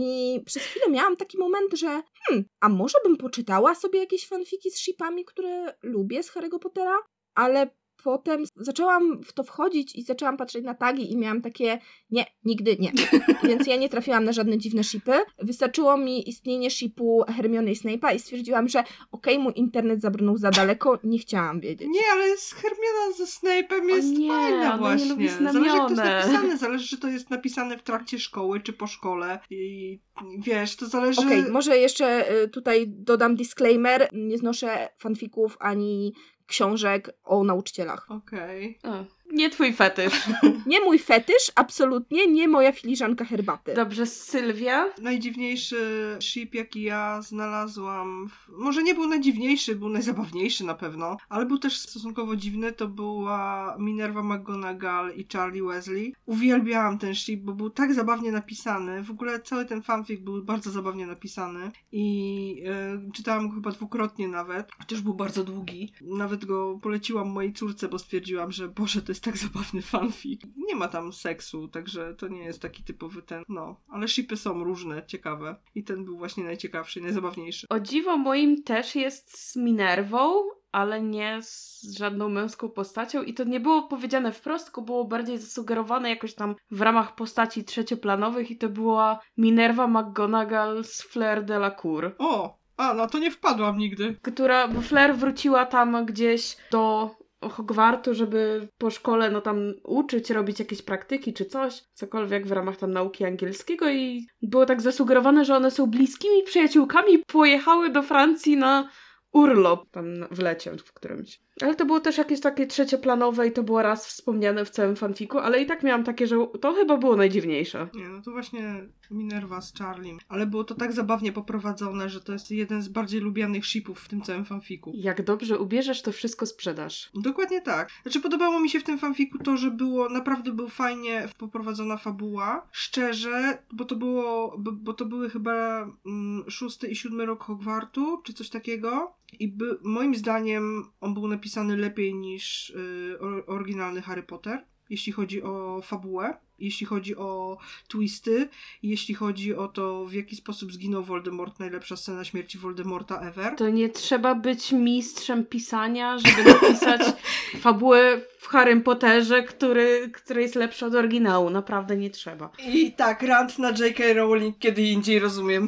i przez chwilę miałam taki moment, że hmm, a może bym poczytała sobie jakieś fanfiki z shipami, które lubię z Harry'ego Pottera, ale potem zaczęłam w to wchodzić i zaczęłam patrzeć na tagi i miałam takie, nie, nigdy nie. Więc ja nie trafiłam na żadne dziwne shipy. Wystarczyło mi istnienie shipu Hermione i Snape'a i stwierdziłam, że okej, mój internet zabrnął za daleko, nie chciałam wiedzieć. Nie, ale z Hermiona ze Snape'em jest nie, fajna ona nie właśnie. lubi Zależy jak to jest znamione. napisane, zależy czy to jest napisane w trakcie szkoły, czy po szkole. I wiesz, to zależy... Okej, może jeszcze y, tutaj dodam disclaimer, nie znoszę fanfików ani książek o nauczycielach. Okej. O, nie twój fetysz. Nie mój fetysz, absolutnie nie moja filiżanka herbaty. Dobrze, Sylwia? Najdziwniejszy ship, jaki ja znalazłam, w... może nie był najdziwniejszy, był najzabawniejszy na pewno, ale był też stosunkowo dziwny, to była Minerva McGonagall i Charlie Weasley. Uwielbiałam ten ship, bo był tak zabawnie napisany, w ogóle cały ten fanfic był bardzo zabawnie napisany i yy, czytałam go chyba dwukrotnie nawet, chociaż był bardzo długi. Nawet go poleciłam mojej córce, bo stwierdziłam, że Boże, to jest tak zabawny fanfic. Nie ma tam seksu, także to nie jest taki typowy ten, no, ale shipy są różne, ciekawe. I ten był właśnie najciekawszy, najzabawniejszy. O dziwo moim też jest z Minervą, ale nie z żadną męską postacią i to nie było powiedziane wprost, tylko było bardziej zasugerowane jakoś tam w ramach postaci trzecioplanowych i to była Minerva McGonagall z Fleur de la Cour. O! A, no to nie wpadłam nigdy. Która, bo Fleur wróciła tam gdzieś do Hogwartu, żeby po szkole no tam uczyć, robić jakieś praktyki czy coś, cokolwiek w ramach tam nauki angielskiego i było tak zasugerowane, że one są bliskimi przyjaciółkami, pojechały do Francji na urlop tam w lecie w którymś. Ale to było też jakieś takie trzecioplanowe i to było raz wspomniane w całym fanfiku, ale i tak miałam takie, że to chyba było najdziwniejsze. Nie, no to właśnie Minerva z Charlie. Ale było to tak zabawnie poprowadzone, że to jest jeden z bardziej lubianych shipów w tym całym fanfiku. Jak dobrze ubierzesz, to wszystko sprzedasz. Dokładnie tak. Znaczy podobało mi się w tym fanfiku to, że było, naprawdę był fajnie poprowadzona fabuła. Szczerze, bo to było, bo, bo to były chyba mm, szósty i siódmy rok Hogwartu, czy coś takiego. I by, moim zdaniem on był napisany lepiej niż y, oryginalny Harry Potter, jeśli chodzi o fabułę, jeśli chodzi o twisty, jeśli chodzi o to, w jaki sposób zginął Voldemort, najlepsza scena śmierci Voldemorta ever. To nie trzeba być mistrzem pisania, żeby napisać fabułę w Harrym Potterze, który, który jest lepszy od oryginału. Naprawdę nie trzeba. I tak, rant na J K. Rowling kiedy indziej, rozumiem.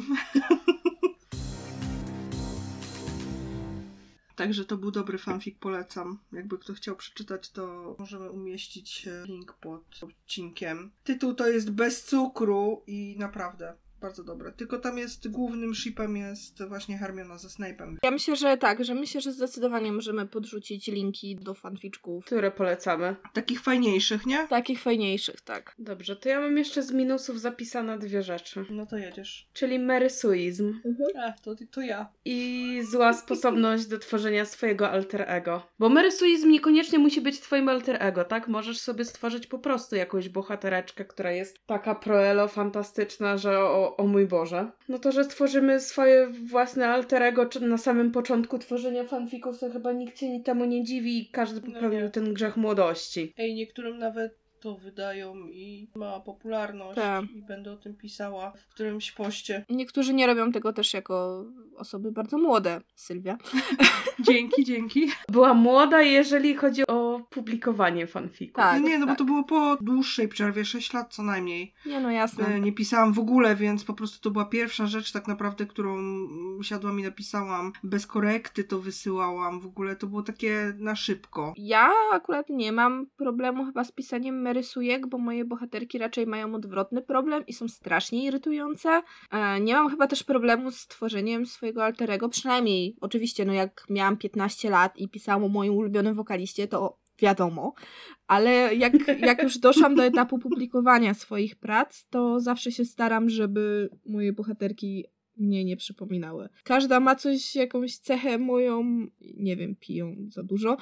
Także to był dobry fanfic, polecam. Jakby kto chciał przeczytać, to możemy umieścić link pod odcinkiem. Tytuł to jest Bez cukru i naprawdę bardzo dobre. Tylko tam jest, głównym shipem jest właśnie Hermiona ze Snape'em. Ja myślę, że tak, że myślę, że zdecydowanie możemy podrzucić linki do fanficzków. Które polecamy. Takich fajniejszych, nie? Takich fajniejszych, tak. Dobrze, to ja mam jeszcze z minusów zapisane dwie rzeczy. No to jedziesz. Czyli merysuizm. Mhm. A, to, to ja. I zła sposobność do tworzenia swojego alter ego. Bo merysuizm niekoniecznie musi być twoim alter ego, tak? Możesz sobie stworzyć po prostu jakąś bohatereczkę, która jest taka proelo fantastyczna, że o, o mój Boże. No to, że stworzymy swoje własne alter ego na samym początku tworzenia fanfików, to chyba nikt się temu nie dziwi i każdy popełnił nie. ten grzech młodości. Ej, niektórym nawet to wydają i ma popularność Tak. i będę o tym pisała w którymś poście. Niektórzy nie robią tego też jako osoby bardzo młode. Sylwia. Dzięki, dzięki. Była młoda, jeżeli chodzi o publikowanie fanfików. Tak. No nie, no tak. bo to było po dłuższej przerwie, sześć lat co najmniej. Nie, no jasne. E, Nie pisałam w ogóle, więc po prostu to była pierwsza rzecz tak naprawdę, którą siadłam i napisałam. Bez korekty to wysyłałam. W ogóle to było takie na szybko. Ja akurat nie mam problemu chyba z pisaniem merysujek, bo moje bohaterki raczej mają odwrotny problem i są strasznie irytujące. E, nie mam chyba też problemu z tworzeniem swojego alterego, przynajmniej oczywiście, no jak miałam piętnaście lat i pisałam o moim ulubionym wokaliście, to wiadomo, ale jak, jak już doszłam do etapu publikowania swoich prac, to zawsze się staram, żeby moje bohaterki mnie nie przypominały. Każda ma coś, jakąś cechę moją, nie wiem, piją za dużo,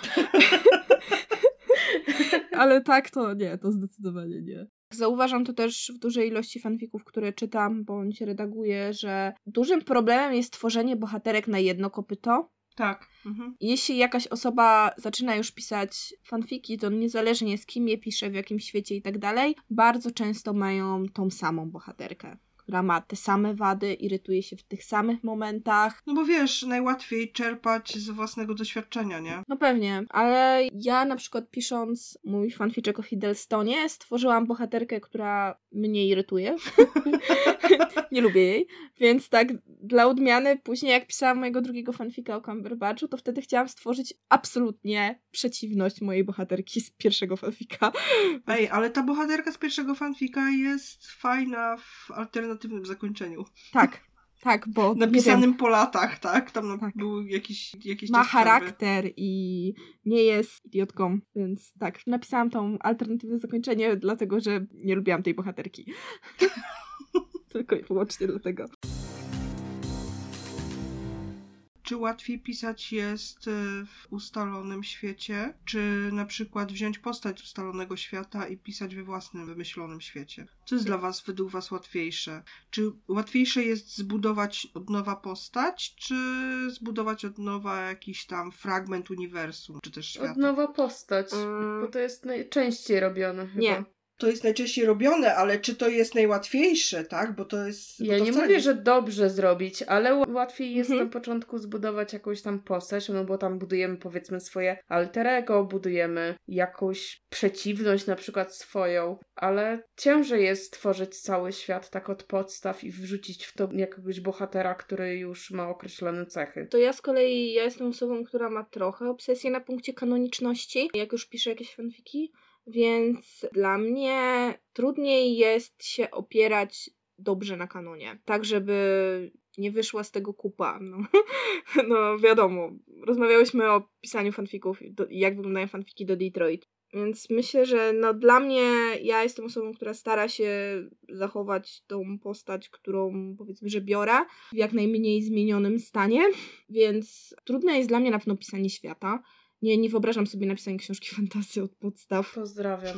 ale tak to nie, to zdecydowanie nie. Zauważam to też w dużej ilości fanfików, które czytam bądź redaguję, że dużym problemem jest tworzenie bohaterek na jedno kopyto. Tak. Mhm. Jeśli jakaś osoba zaczyna już pisać fanfiki, to niezależnie z kim je pisze, w jakim świecie i tak dalej, bardzo często mają tą samą bohaterkę, która ma te same wady, irytuje się w tych samych momentach. No bo wiesz, najłatwiej czerpać z własnego doświadczenia, nie? No pewnie, ale ja na przykład pisząc mój fanficzek o Hiddlestonie stworzyłam bohaterkę, która mnie irytuje. Nie lubię jej, więc tak dla odmiany później jak pisałam mojego drugiego fanfika o Cumberbatchu, to wtedy chciałam stworzyć absolutnie przeciwność mojej bohaterki z pierwszego fanfika. Ej, ale ta bohaterka z pierwszego fanfika jest fajna w alternatywnym zakończeniu. Tak, tak, bo Napisanym po latach, tak? Tam Tak. był jakiś, jakiś ma czas przerwy. charakter i nie jest idiotką, więc tak, napisałam tą alternatywne zakończenie, dlatego, że nie lubiłam tej bohaterki. Tylko i wyłącznie dlatego. Czy łatwiej pisać jest w ustalonym świecie, czy na przykład wziąć postać z ustalonego świata i pisać we własnym, wymyślonym świecie? Co jest dla was, według was łatwiejsze? Czy łatwiejsze jest zbudować od nowa postać, czy zbudować od nowa jakiś tam fragment uniwersum, czy też świata? Od nowa postać, Mm. bo to jest najczęściej robione chyba. Nie. To jest najczęściej robione, ale czy to jest najłatwiejsze, tak? Bo to jest... bo Ja to nie wcale mówię, jest- że dobrze zrobić, ale ł- łatwiej jest Mhm. na początku zbudować jakąś tam postać, no bo tam budujemy powiedzmy swoje alter ego, budujemy jakąś przeciwność na przykład swoją, ale ciężej jest stworzyć cały świat tak od podstaw i wrzucić w to jakiegoś bohatera, który już ma określone cechy. To ja z kolei, ja jestem osobą, która ma trochę obsesję na punkcie kanoniczności, jak już piszę jakieś fanfiki, więc dla mnie trudniej jest się opierać dobrze na kanonie. Tak, żeby nie wyszła z tego kupa. No, no wiadomo, rozmawiałyśmy o pisaniu fanfików i jak wyglądają fanfiki do Detroit. Więc myślę, że no dla mnie, ja jestem osobą, która stara się zachować tą postać, którą powiedzmy, że biorę w jak najmniej zmienionym stanie, więc trudne jest dla mnie na pewno pisanie świata. Nie, nie wyobrażam sobie napisania książki fantasy od podstaw. Pozdrawiam.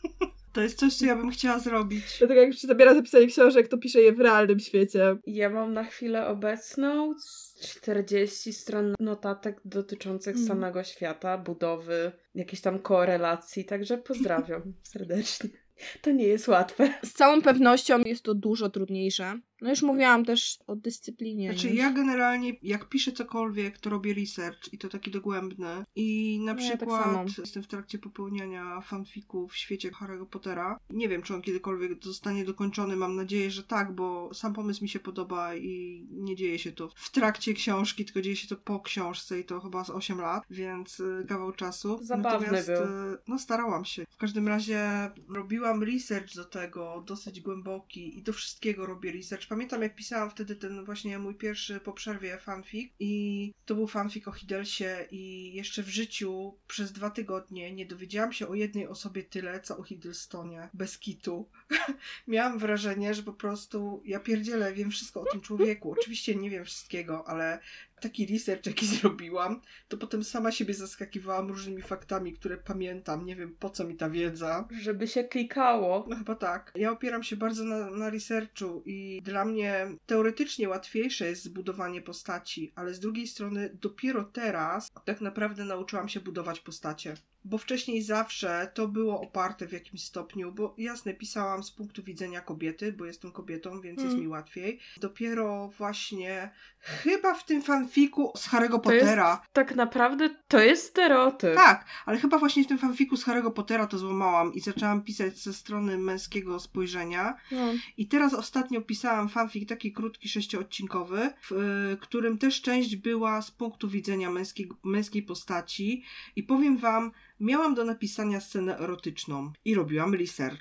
To jest coś, co ja bym chciała zrobić. Dlatego jak już się zabiera za pisanie książek, to piszę je w realnym świecie. Ja mam na chwilę obecną czterdzieści stron notatek dotyczących mm. samego świata, budowy, jakiejś tam korelacji, także pozdrawiam serdecznie. To nie jest łatwe. Z całą pewnością jest to dużo trudniejsze. No już mówiłam też o dyscyplinie. Znaczy już. ja generalnie, jak piszę cokolwiek, to robię research i to taki dogłębny. I na No, przykład ja tak jestem w trakcie popełniania fanfiku w świecie Harry'ego Pottera. Nie wiem, czy on kiedykolwiek zostanie dokończony. Mam nadzieję, że tak, bo sam pomysł mi się podoba i nie dzieje się to w trakcie książki, tylko dzieje się to po książce i to chyba z osiem lat, więc kawał czasu. Zabawny Natomiast, był. no starałam się. W każdym razie robiłam research do tego, dosyć głęboki i do wszystkiego robię research. Pamiętam, jak pisałam wtedy ten właśnie mój pierwszy po przerwie fanfic i to był fanfic o Hiddelsie i jeszcze w życiu przez dwa tygodnie nie dowiedziałam się o jednej osobie tyle, co o Hiddlestonie. Bez kitu. Miałam wrażenie, że po prostu ja pierdzielę, wiem wszystko o tym człowieku. Oczywiście nie wiem wszystkiego, ale taki research, jaki zrobiłam, to potem sama siebie zaskakiwałam różnymi faktami, które pamiętam. Nie wiem, po co mi ta wiedza. Żeby się klikało. No chyba tak. Ja opieram się bardzo na, na researchu i dla mnie teoretycznie łatwiejsze jest zbudowanie postaci, ale z drugiej strony dopiero teraz tak naprawdę nauczyłam się budować postacie. Bo wcześniej zawsze to było oparte w jakimś stopniu, bo jasne, pisałam z punktu widzenia kobiety, bo jestem kobietą, więc mm. jest mi łatwiej. Dopiero właśnie chyba w tym fanfiku z Harry'ego Pottera. To jest, tak naprawdę to jest stereotyp. Tak, ale chyba właśnie w tym fanfiku z Harry'ego Pottera to złamałam i zaczęłam pisać ze strony męskiego spojrzenia. Mm. I teraz ostatnio pisałam fanfic taki krótki, sześcioodcinkowy, w y, którym też część była z punktu widzenia męskiej, męskiej postaci i powiem wam, miałam do napisania scenę erotyczną i robiłam research,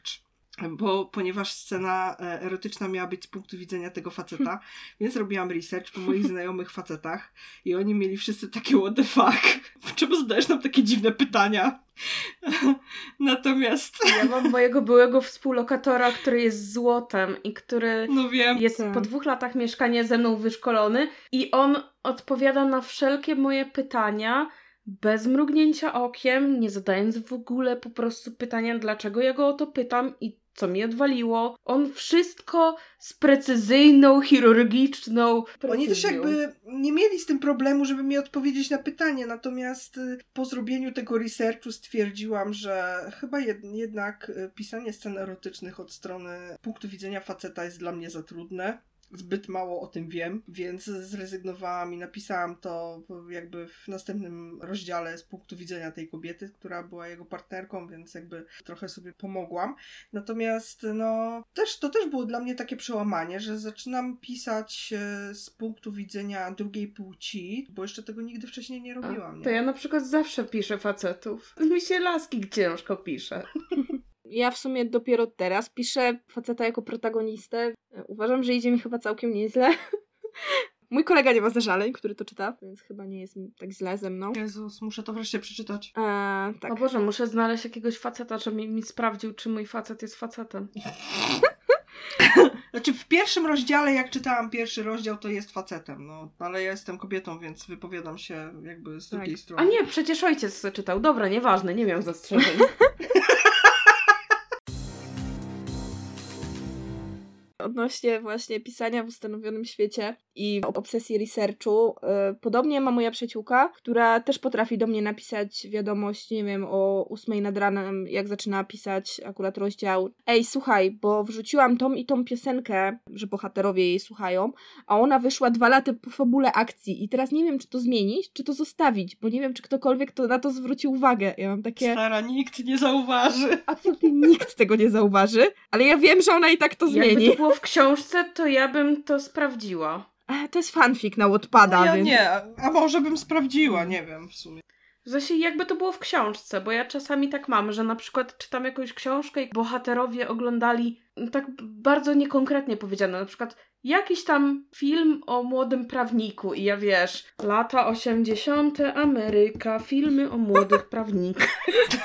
bo ponieważ scena erotyczna miała być z punktu widzenia tego faceta, więc robiłam research po moich znajomych facetach i oni mieli wszyscy takie what the fuck, czemu zadajesz nam takie dziwne pytania? Natomiast... Ja mam mojego byłego współlokatora, który jest złotem i który no wiem, jest tak. po dwóch latach mieszkania ze mną wyszkolony i on odpowiada na wszelkie moje pytania bez mrugnięcia okiem, nie zadając w ogóle po prostu pytania, dlaczego ja go o to pytam i co mi odwaliło. On wszystko z precyzyjną, chirurgiczną precyzją. Oni też jakby nie mieli z tym problemu, żeby mi odpowiedzieć na pytanie, natomiast po zrobieniu tego researchu stwierdziłam, że chyba jed- jednak pisanie scen erotycznych od strony punktu widzenia faceta jest dla mnie za trudne. Zbyt mało o tym wiem, więc zrezygnowałam i napisałam to jakby w następnym rozdziale z punktu widzenia tej kobiety, która była jego partnerką, więc jakby trochę sobie pomogłam. Natomiast no też to też było dla mnie takie przełamanie, że zaczynam pisać z punktu widzenia drugiej płci, bo jeszcze tego nigdy wcześniej nie robiłam. Nie? To ja na przykład zawsze piszę facetów. Mi się laski ciężko pisze. Ja w sumie dopiero teraz piszę faceta jako protagonistę. Uważam, że idzie mi chyba całkiem nieźle. Mój kolega nie ma zażaleń, który to czyta, więc chyba nie jest mi tak źle ze mną. Jezus, muszę to wreszcie przeczytać. Eee, tak. O Boże, muszę znaleźć jakiegoś faceta, żeby mi, mi sprawdził, czy mój facet jest facetem. Znaczy w pierwszym rozdziale, jak czytałam pierwszy rozdział, to jest facetem, no, ale ja jestem kobietą, więc wypowiadam się jakby z drugiej tak. strony. A nie, przecież ojciec czytał. Dobra, nieważne, nie miał zastrzeżeń. Odnośnie właśnie pisania w ustanowionym świecie i obsesji researchu, yy, podobnie ma moja przyjaciółka, która też potrafi do mnie napisać wiadomość, nie wiem, o ósmej nad ranem, jak zaczyna pisać akurat rozdział. Ej, słuchaj, bo wrzuciłam tą i tą piosenkę, że bohaterowie jej słuchają, a ona wyszła dwa lata po fabule akcji i teraz nie wiem, czy to zmienić, czy to zostawić, bo nie wiem, czy ktokolwiek to na to zwróci uwagę. Ja mam takie... Stara, nikt nie zauważy. Absolutnie nikt tego nie zauważy, ale ja wiem, że ona i tak to zmieni. Jakby to było w książce, to ja bym to sprawdziła. To jest fanfic na Wattpada, no ja więc... nie, a może bym sprawdziła, nie wiem w sumie. Zresztą jakby to było w książce, bo ja czasami tak mam, że na przykład czytam jakąś książkę i bohaterowie oglądali tak bardzo niekonkretnie powiedziane. Na przykład jakiś tam film o młodym prawniku i ja wiesz, lata osiemdziesiąte Ameryka, filmy o młodych prawnikach.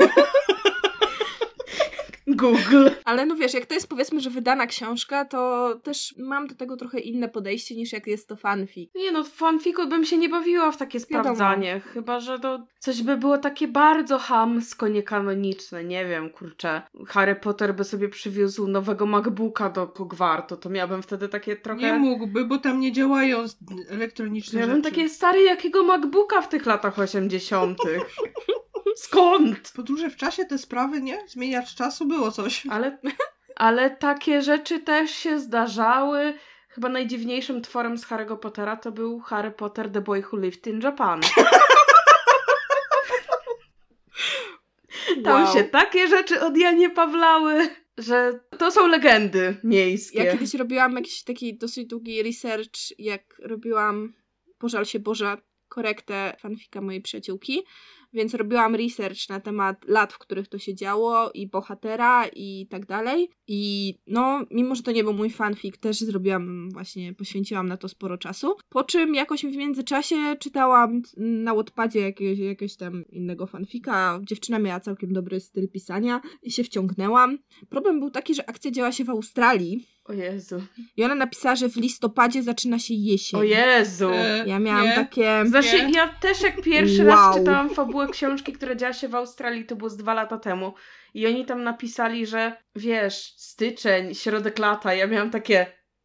Google. Ale no wiesz, jak to jest powiedzmy, że wydana książka, to też mam do tego trochę inne podejście niż jak jest to fanfic. Nie no, w fanficu bym się nie bawiła w takie sprawdzanie. Wiadomo. Chyba, że to coś by było takie bardzo chamsko niekanoniczne. Nie wiem, kurczę. Harry Potter by sobie przywiózł nowego MacBooka do Hogwartu, to miałabym wtedy takie trochę... Nie mógłby, bo tam nie działają elektroniczne ja rzeczy. Ja bym takie stary, jakiego MacBooka w tych latach osiemdziesiątych. Skąd? Podróże w czasie, te sprawy, nie? Zmieniacz czasu, było coś. Ale, ale takie rzeczy też się zdarzały. Chyba najdziwniejszym tworem z Harry'ego Pottera to był Harry Potter The Boy Who Lived in Japan. Tam wow. się takie rzeczy od Janie Pawlały, że to są legendy miejskie. Ja kiedyś robiłam jakiś taki dosyć długi research, jak robiłam, pożal się Boże, korektę fanfika mojej przyjaciółki. Więc robiłam research na temat lat, w których to się działo i bohatera i tak dalej. I no, mimo że to nie był mój fanfic, też zrobiłam właśnie, poświęciłam na to sporo czasu. Po czym jakoś w międzyczasie czytałam na Wattpadzie jakiegoś, jakiegoś tam innego fanfika. Dziewczyna miała całkiem dobry styl pisania i się wciągnęłam. Problem był taki, że akcja działa się w Australii. O Jezu. I ona napisała, że w listopadzie zaczyna się jesień. O Jezu. E, ja miałam nie, takie... Znaczy, ja też jak pierwszy wow. raz czytałam fabułę książki, która działa się w Australii, to było z dwa lata temu. I oni tam napisali, że wiesz, styczeń, środek lata. Ja miałam takie...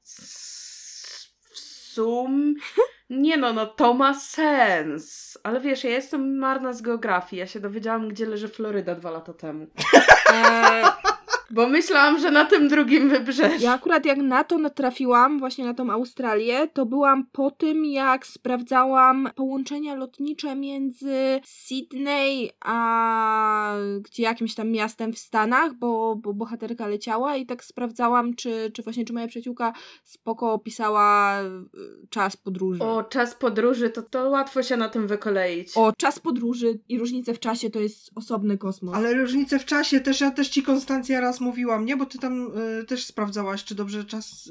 W sum... Nie no, no to ma sens. Ale wiesz, ja jestem marna z geografii. Ja się dowiedziałam, gdzie leży Floryda dwa lata temu. E... Bo myślałam, że na tym drugim wybrzeżu. Ja akurat jak na to natrafiłam, właśnie na tą Australię, to byłam po tym, jak sprawdzałam połączenia lotnicze między Sydney a gdzie jakimś tam miastem w Stanach, bo, bo bohaterka leciała i tak sprawdzałam, czy, czy właśnie, czy moja przyjaciółka spoko opisała czas podróży. O, czas podróży, to, to łatwo się na tym wykoleić. O, czas podróży i różnice w czasie to jest osobny kosmos. Ale różnice w czasie też, ja też ci Konstancja raz mówiłam, nie? Bo ty tam y, też sprawdzałaś, czy dobrze czas y,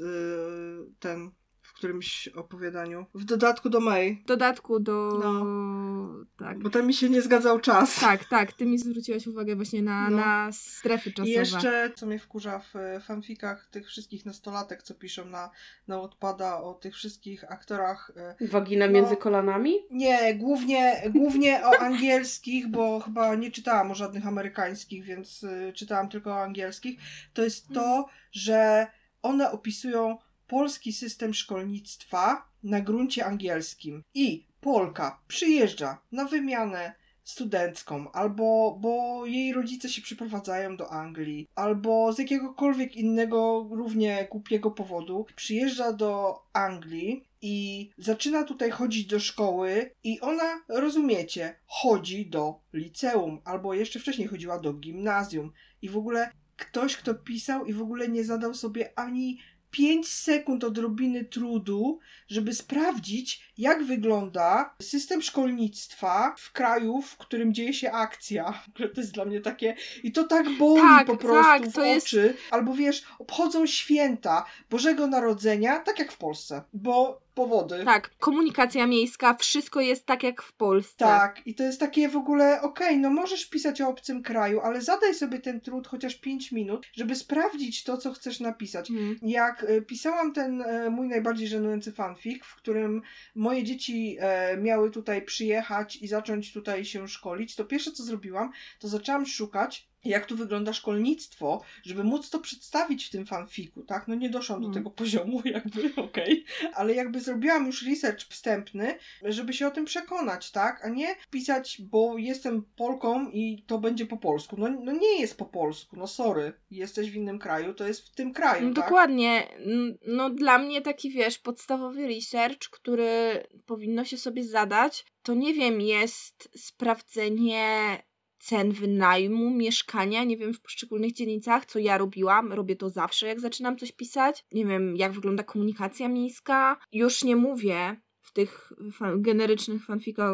ten w którymś opowiadaniu. W dodatku do May. W dodatku do... No. Tak. Bo tam mi się nie zgadzał czas. Tak, tak. Ty mi zwróciłaś uwagę właśnie na, no. na strefy czasowe. I jeszcze, co mnie wkurza w fanfikach tych wszystkich nastolatek, co piszą na, na Wattpada o tych wszystkich aktorach. Wagina no, między kolanami? Nie, głównie, głównie o angielskich, bo chyba nie czytałam o żadnych amerykańskich, więc y, czytałam tylko o angielskich. To jest to, że one opisują polski system szkolnictwa na gruncie angielskim. I Polka przyjeżdża na wymianę studencką, albo bo jej rodzice się przyprowadzają do Anglii, albo z jakiegokolwiek innego równie głupiego powodu przyjeżdża do Anglii i zaczyna tutaj chodzić do szkoły i ona, rozumiecie, chodzi do liceum, albo jeszcze wcześniej chodziła do gimnazjum. I w ogóle ktoś, kto pisał i w ogóle nie zadał sobie ani pięć sekund odrobiny trudu, żeby sprawdzić, jak wygląda system szkolnictwa w kraju, w którym dzieje się akcja. To jest dla mnie takie... I to tak boli tak, po prostu tak, w to oczy. Jest... Albo wiesz, obchodzą święta Bożego Narodzenia, tak jak w Polsce. Bo powody. Tak, komunikacja miejska, wszystko jest tak jak w Polsce. Tak, i to jest takie w ogóle, okej, okay, no możesz pisać o obcym kraju, ale zadaj sobie ten trud chociaż pięć minut, żeby sprawdzić to, co chcesz napisać. Hmm. Jak y, pisałam ten y, mój najbardziej żenujący fanfic, w którym moje dzieci y, miały tutaj przyjechać i zacząć tutaj się szkolić, to pierwsze, co zrobiłam, to zaczęłam szukać, jak tu wygląda szkolnictwo, żeby móc to przedstawić w tym fanfiku, tak? No nie doszłam hmm. do tego poziomu, jakby, okej, okay. Ale jakby zrobiłam już research wstępny, żeby się o tym przekonać, tak? A nie pisać, bo jestem Polką i to będzie po polsku. No, no nie jest po polsku, no sorry. Jesteś w innym kraju, to jest w tym kraju, no, tak? Dokładnie. No dla mnie taki, wiesz, podstawowy research, który powinno się sobie zadać, to nie wiem, jest sprawdzenie cen wynajmu, mieszkania, nie wiem, w poszczególnych dzielnicach, co ja robiłam, robię to zawsze, jak zaczynam coś pisać. Nie wiem, jak wygląda komunikacja miejska. Już nie mówię w tych fan- generycznych fanfikach, o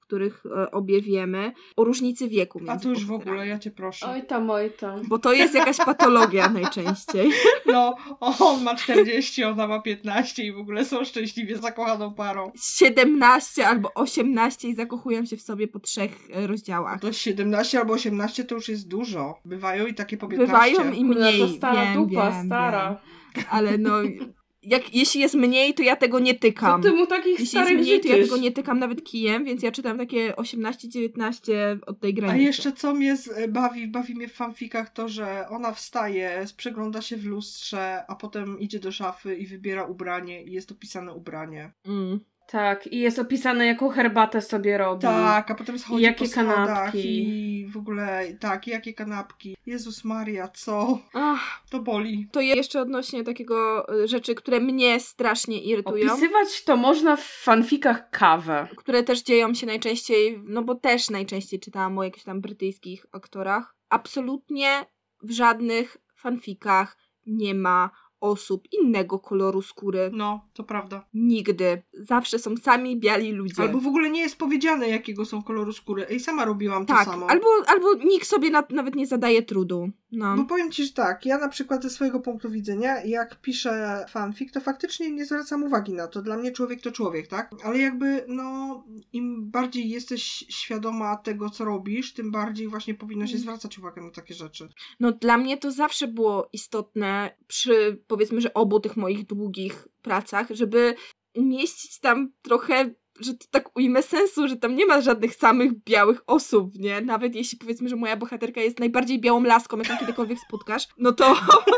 których e, obie wiemy, o różnicy wieku między A to już w bohaterami. ogóle, ja cię proszę. Oj tam, oj tam. Bo to jest jakaś patologia najczęściej. No, on ma czterdzieści, ona ma piętnaście i w ogóle są szczęśliwie zakochaną parą. siedemnaście albo osiemnaście i zakochują się w sobie po trzech e, rozdziałach. To siedemnaście albo osiemnaście to już jest dużo. Bywają i takie po piętnaście. Bywają i Kurde, mniej, to stara wiem, dupa, wiem, stara. Wiem. Ale no, jak, jeśli jest mniej, to ja tego nie Co tykam. ty mu takich Jeśli jest starych mniej, to ja życzysz? tego nie tykam nawet kijem, więc ja czytam takie osiemnaście dziewiętnaście od tej A granicy. jeszcze co mnie z- bawi, bawi mnie w fanfikach to, że ona wstaje, przegląda się w lustrze, a potem idzie do szafy i wybiera ubranie i jest opisane ubranie. Mm. Tak, i jest opisane, jaką herbatę sobie robi. Tak, a potem schodzi I jakie po schodach kanapki. i w ogóle, tak, i jakie kanapki. Jezus Maria, co? Ach, To boli. to jeszcze odnośnie takiego y, rzeczy, które mnie strasznie irytują, Opisywać to można w fanfikach kawę. które też dzieją się najczęściej, no bo też najczęściej czytałam o jakichś tam brytyjskich aktorach. Absolutnie w żadnych fanfikach nie ma osób innego koloru skóry. No, to prawda. Nigdy. Zawsze są sami biali ludzie. Albo w ogóle nie jest powiedziane, jakiego są koloru skóry. Ej, sama robiłam tak, to samo. albo, albo nikt sobie na, nawet nie zadaje trudu. No. Bo powiem ci, że tak, ja na przykład ze swojego punktu widzenia, jak piszę fanfic, to faktycznie nie zwracam uwagi na to. Dla mnie człowiek to człowiek, tak? Ale jakby, no, im bardziej jesteś świadoma tego, co robisz, tym bardziej właśnie powinno się zwracać uwagę na takie rzeczy. No dla mnie to zawsze było istotne przy, powiedzmy, że obu tych moich długich pracach, żeby umieścić tam trochę, że to tak ujmę sensu, że tam nie ma żadnych samych białych osób, nie? Nawet jeśli powiedzmy, że moja bohaterka jest najbardziej białą laską, jaką kiedykolwiek spotkasz, no to...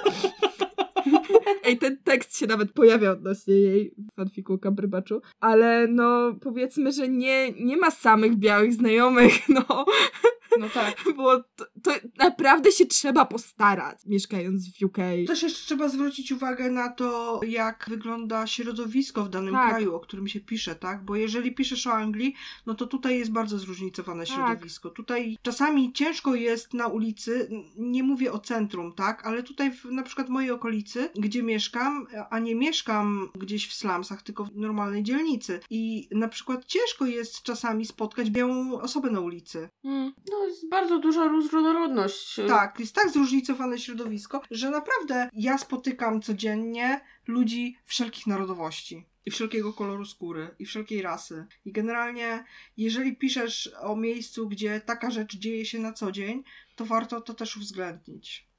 Ej, ten tekst się nawet pojawia odnośnie jej w fanfiku o Cumberbutchu, ale no powiedzmy, że nie, nie ma samych białych znajomych, no... No tak. Bo to, to naprawdę się trzeba postarać, mieszkając w U K. Też jeszcze trzeba zwrócić uwagę na to, jak wygląda środowisko w danym Tak. kraju, o którym się pisze, tak? Bo jeżeli piszesz o Anglii, no to tutaj jest bardzo zróżnicowane Tak. środowisko. Tutaj czasami ciężko jest na ulicy, nie mówię o centrum, tak? Ale tutaj w, na przykład w mojej okolicy, gdzie mieszkam, a nie mieszkam gdzieś w slumsach, tylko w normalnej dzielnicy. I na przykład ciężko jest czasami spotkać białą osobę na ulicy. Mm. No jest bardzo duża różnorodność. Tak, jest tak zróżnicowane środowisko, że naprawdę ja spotykam codziennie ludzi wszelkich narodowości. I wszelkiego koloru skóry, i wszelkiej rasy. I generalnie, jeżeli piszesz o miejscu, gdzie taka rzecz dzieje się na co dzień, to warto to też uwzględnić.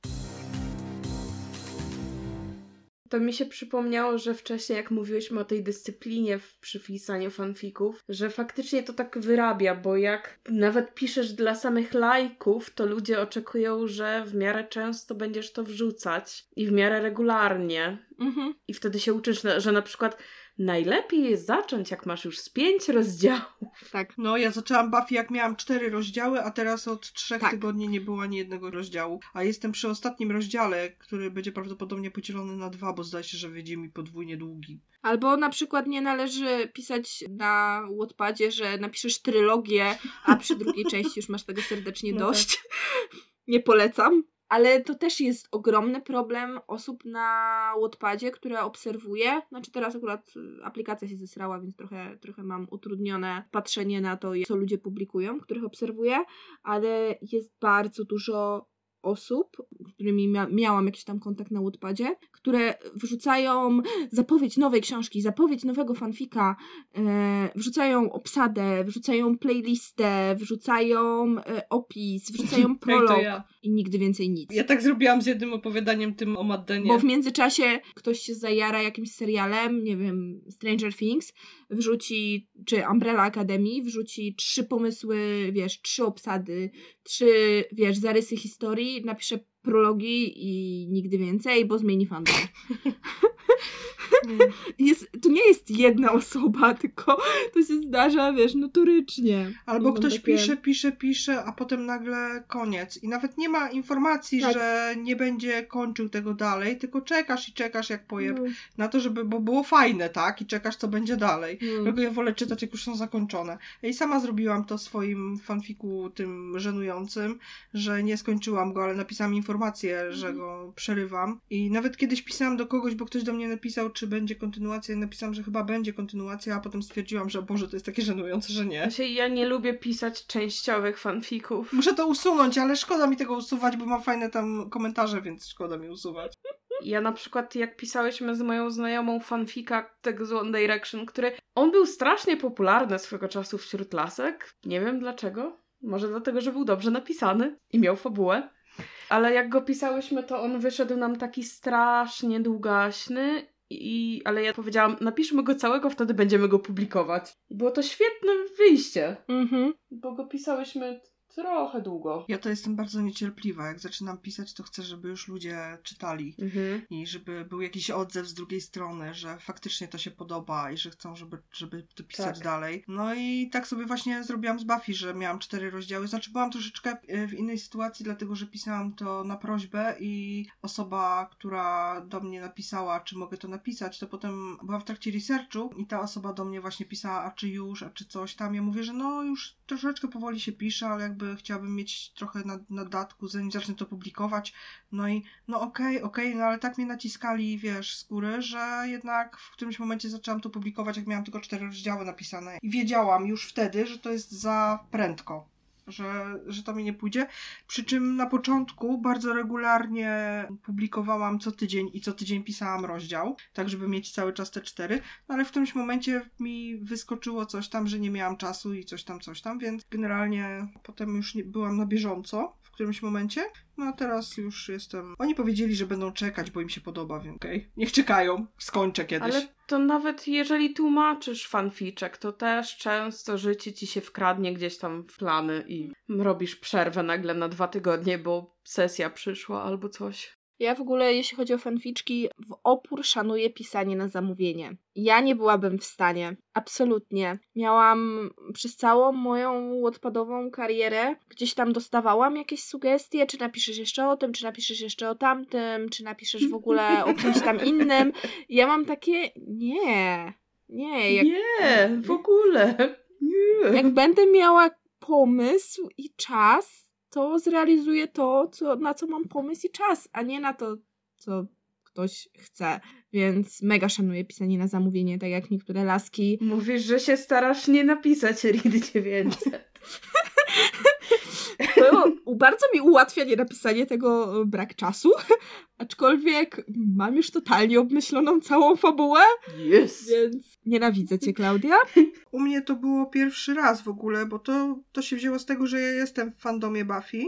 To mi się przypomniało, że wcześniej jak mówiłyśmy o tej dyscyplinie w, przy pisaniu fanfików, że faktycznie to tak wyrabia, bo jak nawet piszesz dla samych lajków, to ludzie oczekują, że w miarę często będziesz to wrzucać i w miarę regularnie. Mhm. I wtedy się uczysz, na- że na przykład najlepiej jest zacząć, jak masz już z pięć rozdziałów. Tak. No, ja zaczęłam Buffy, jak miałam cztery rozdziały, a teraz od trzech Tak. tygodni nie było ani jednego rozdziału. A jestem przy ostatnim rozdziale, który będzie prawdopodobnie podzielony na dwa, bo zdaje się, że wyjdzie mi podwójnie długi. Albo na przykład nie należy pisać na Wattpadzie, że napiszesz trylogię, a przy drugiej części już masz tego serdecznie No dość. Nie polecam. Ale to też jest ogromny problem osób na Wattpadzie, które obserwuję. Znaczy teraz akurat y, aplikacja się zesrała, więc trochę, trochę mam utrudnione patrzenie na to, co ludzie publikują, których obserwuję, ale jest bardzo dużo osób, z którymi mia- miałam jakiś tam kontakt na Wattpadzie, które wrzucają zapowiedź nowej książki, zapowiedź nowego fanfika, e, wrzucają obsadę, wrzucają playlistę, wrzucają e, opis, wrzucają prolog ja. i nigdy więcej nic. Ja tak zrobiłam z jednym opowiadaniem tym o Maddenie. Bo w międzyczasie ktoś się zajara jakimś serialem, nie wiem, Stranger Things, wrzuci, czy Umbrella Academy, wrzuci trzy pomysły, wiesz, trzy obsady, trzy, wiesz, zarysy historii, napisze prologi i nigdy więcej, bo zmieni fandom. Jest, to nie jest jedna osoba, tylko to się zdarza, wiesz, notorycznie. Albo Mam ktoś takie- pisze, pisze, pisze, a potem nagle koniec. I nawet nie ma informacji, Tak. że nie będzie kończył tego dalej, tylko czekasz i czekasz jak pojeb No, na to, żeby, bo było fajne, tak? I czekasz, co będzie dalej. no. Dlatego ja wolę czytać, jak już są zakończone. I sama zrobiłam to w swoim fanfiku tym żenującym, że nie skończyłam go, ale napisałam informację, że go przerywam. I nawet kiedyś pisałam do kogoś, bo ktoś do mnie napisał, czy będzie kontynuacja i napisałam, że że chyba będzie kontynuacja, a potem stwierdziłam, że Boże, to jest takie żenujące, że nie. Znaczy, ja nie lubię pisać częściowych fanfików. Muszę to usunąć, ale szkoda mi tego usuwać, bo mam fajne tam komentarze, więc szkoda mi usuwać. Ja na przykład, jak pisałyśmy z moją znajomą fanfika tego z One Direction, który... On był strasznie popularny swego czasu wśród lasek. Nie wiem dlaczego. Może dlatego, że był dobrze napisany i miał fabułę. Ale jak go pisałyśmy, to on wyszedł nam taki strasznie długaśny. I, ale ja powiedziałam, napiszmy go całego, wtedy będziemy go publikować. I było to świetne wyjście. Mhm. Bo go pisałyśmy trochę długo. Ja to jestem bardzo niecierpliwa. Jak zaczynam pisać, to chcę, żeby już ludzie czytali. Mhm. I żeby był jakiś odzew z drugiej strony, że faktycznie to się podoba i że chcą, żeby, żeby to pisać Tak. dalej. No i tak sobie właśnie zrobiłam z Buffy, że miałam cztery rozdziały. Znaczy byłam troszeczkę w innej sytuacji, dlatego że pisałam to na prośbę i osoba, która do mnie napisała, czy mogę to napisać, to potem była w trakcie researchu i ta osoba do mnie właśnie pisała, a czy już, a czy coś tam. Ja mówię, że no już troszeczkę powoli się pisze, ale jakby chciałabym mieć trochę na, na datku, zanim zacznę to publikować. No i no okej, okay, okej, okay, no ale tak mnie naciskali, wiesz, z góry, że jednak w którymś momencie zaczęłam to publikować, jak miałam tylko cztery rozdziały napisane. I wiedziałam już wtedy, że to jest za prędko. Że, że to mi nie pójdzie. Przy czym na początku bardzo regularnie publikowałam co tydzień i co tydzień pisałam rozdział, tak żeby mieć cały czas te cztery, no ale w którymś momencie mi wyskoczyło coś tam, że nie miałam czasu i coś tam, coś tam, więc generalnie potem już nie, byłam na bieżąco w którymś momencie, no a teraz już jestem... Oni powiedzieli, że będą czekać, bo im się podoba, więc okej, okay. Niech czekają, skończę kiedyś. Ale to nawet jeżeli tłumaczysz fanficzek, to też często życie ci się wkradnie gdzieś tam w plany i robisz przerwę nagle na dwa tygodnie, bo sesja przyszła albo coś. Ja w ogóle, jeśli chodzi o fanficzki, w opór szanuję pisanie na zamówienie. Ja nie byłabym w stanie. Absolutnie. Miałam przez całą moją wattpadową karierę, gdzieś tam dostawałam jakieś sugestie, czy napiszesz jeszcze o tym, czy napiszesz jeszcze o tamtym, czy napiszesz w ogóle o kimś tam innym. Ja mam takie... Nie. Nie. Jak... Nie, w ogóle. Nie. Jak będę miała pomysł i czas, to zrealizuję to, co, na co mam pomysł i czas, a nie na to, co ktoś chce. Więc mega szanuję pisanie na zamówienie, tak jak niektóre laski. Mówisz, że się starasz nie napisać Read dziewięćset. To bardzo mi ułatwia nie napisanie tego brak czasu, aczkolwiek mam już totalnie obmyśloną całą fabułę, Yes. Więc nienawidzę cię, Klaudia. U mnie to było pierwszy raz w ogóle, bo to, to się wzięło z tego, że ja jestem w fandomie Buffy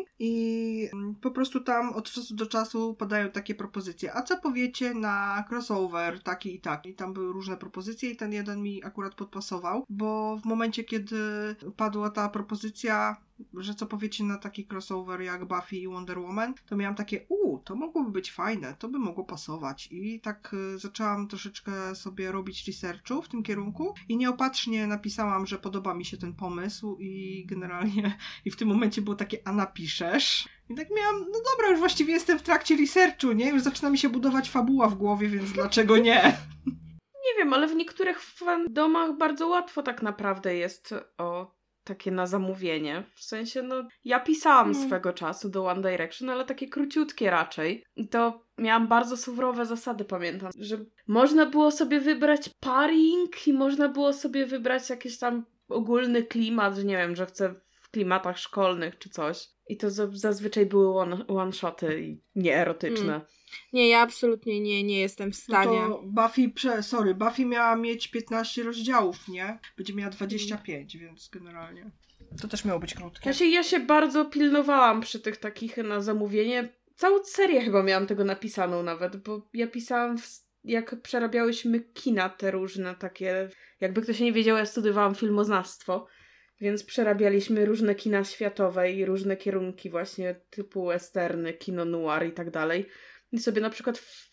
i po prostu tam od czasu do czasu padają takie propozycje. A co powiecie na crossover taki i taki? I tam były różne propozycje i ten jeden mi akurat podpasował, bo w momencie, kiedy padła ta propozycja, że co powiecie na taki crossover jak Buffy i Wonder Woman, to miałam takie, uuu, to mogłoby być fajne, to by mogło pasować. I tak y, zaczęłam troszeczkę sobie robić researchu w tym kierunku i nieopatrznie napisałam, że podoba mi się ten pomysł i generalnie i w tym momencie było takie, a napiszesz? I tak miałam, no dobra, już właściwie jestem w trakcie researchu, nie? Już zaczyna mi się budować fabuła w głowie, więc dlaczego nie? Nie wiem, ale w niektórych fandomach bardzo łatwo tak naprawdę jest o takie na zamówienie. W sensie, no, ja pisałam Mm. swego czasu do One Direction, ale takie króciutkie raczej. I to miałam bardzo surowe zasady, pamiętam, że można było sobie wybrać paring i można było sobie wybrać jakiś tam ogólny klimat, że nie wiem, że chcę w klimatach szkolnych czy coś. I to z- zazwyczaj były one, one-shoty i nieerotyczne. Mm. Nie, ja absolutnie nie, nie jestem w No stanie. to Buffy, prze, sorry, Buffy miała mieć piętnaście rozdziałów, nie? Będzie miała dwadzieścia pięć, więc generalnie to też miało być krótkie. Ja się, ja się bardzo pilnowałam przy tych takich na zamówienie. Całą serię chyba miałam tego napisaną nawet, bo ja pisałam, w, jak przerabiałyśmy kina te różne takie, jakby ktoś nie wiedział, ja studiowałam filmoznawstwo, więc przerabialiśmy różne kina światowe i różne kierunki właśnie typu westerny, kino noir i tak dalej. I sobie na przykład w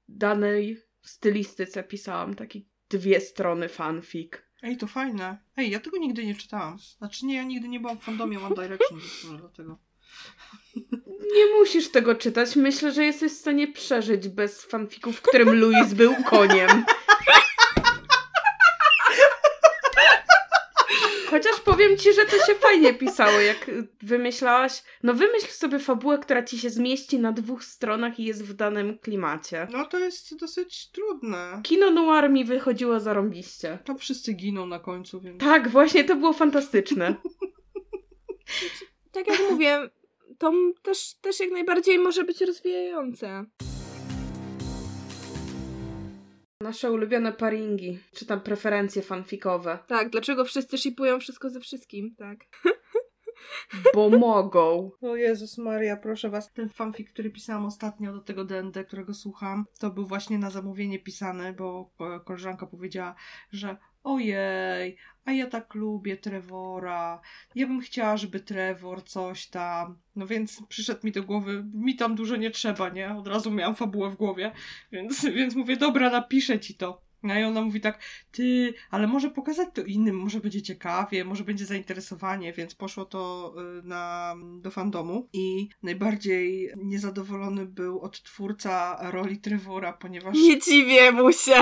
danej stylistyce pisałam taki dwie strony fanfic. Ej, to fajne. Ej, ja tego nigdy nie czytałam. Znaczy nie, ja nigdy nie byłam w fandomie One Direction, więc dlatego. Nie musisz tego czytać. Myślę, że jesteś w stanie przeżyć bez fanfiku, w którym Louis był koniem. Chociaż powiem ci, że to się fajnie pisało, jak wymyślałaś. No wymyśl sobie fabułę, która ci się zmieści na dwóch stronach i jest w danym klimacie. No to jest dosyć trudne. Kino noir mi wychodziło zarąbiście. Tam wszyscy giną na końcu, więc... Tak, właśnie to było fantastyczne. Tak jak mówię, to też, też jak najbardziej może być rozwijające. Nasze ulubione paringi, czy tam preferencje fanfikowe. Tak, dlaczego wszyscy shipują wszystko ze wszystkim, tak. Bo mogą. O Jezus Maria, proszę was. Ten fanfic, który pisałam ostatnio do tego D and D, którego słucham, to był właśnie na zamówienie pisany, bo koleżanka powiedziała, że ojej, a ja tak lubię Trevora. Ja bym chciała, żeby Trevor coś tam. No więc przyszedł mi do głowy, mi tam dużo nie trzeba, nie? Od razu miałam fabułę w głowie, więc, więc mówię, dobra, napiszę ci to. No i ona mówi tak, ty, ale może pokazać to innym, może będzie ciekawie, może będzie zainteresowanie, więc poszło to na, do fandomu i najbardziej niezadowolony był odtwórca roli Trevora, ponieważ... Nie dziwię mu się!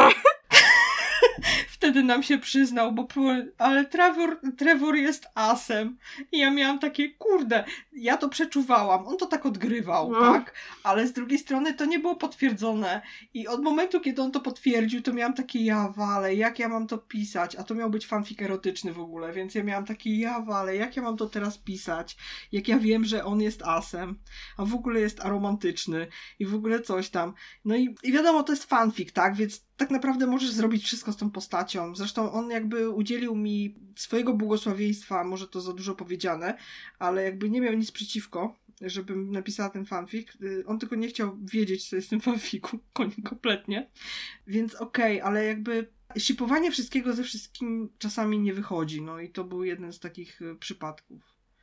Wtedy nam się przyznał, bo ale Trevor, Trevor jest asem. I ja miałam takie, kurde, ja to przeczuwałam, on to tak odgrywał, no. tak? Ale z drugiej strony to nie było potwierdzone. I od momentu, kiedy on to potwierdził, to miałam takie, ja wale, jak ja mam to pisać? A to miał być fanfic erotyczny w ogóle, więc ja miałam takie, ja wale, jak ja mam to teraz pisać? Jak ja wiem, że on jest asem, a w ogóle jest aromantyczny i w ogóle coś tam. No i, i wiadomo, to jest fanfic, tak? Więc tak naprawdę możesz zrobić wszystko z tą postacią. Zresztą on jakby udzielił mi swojego błogosławieństwa, może to za dużo powiedziane, ale jakby nie miał nic przeciwko, żebym napisała ten fanfic. On tylko nie chciał wiedzieć, co jest w tym fanficu. Kompletnie. Więc okej, okay, ale jakby shipowanie wszystkiego ze wszystkim czasami nie wychodzi. No i to był jeden z takich przypadków.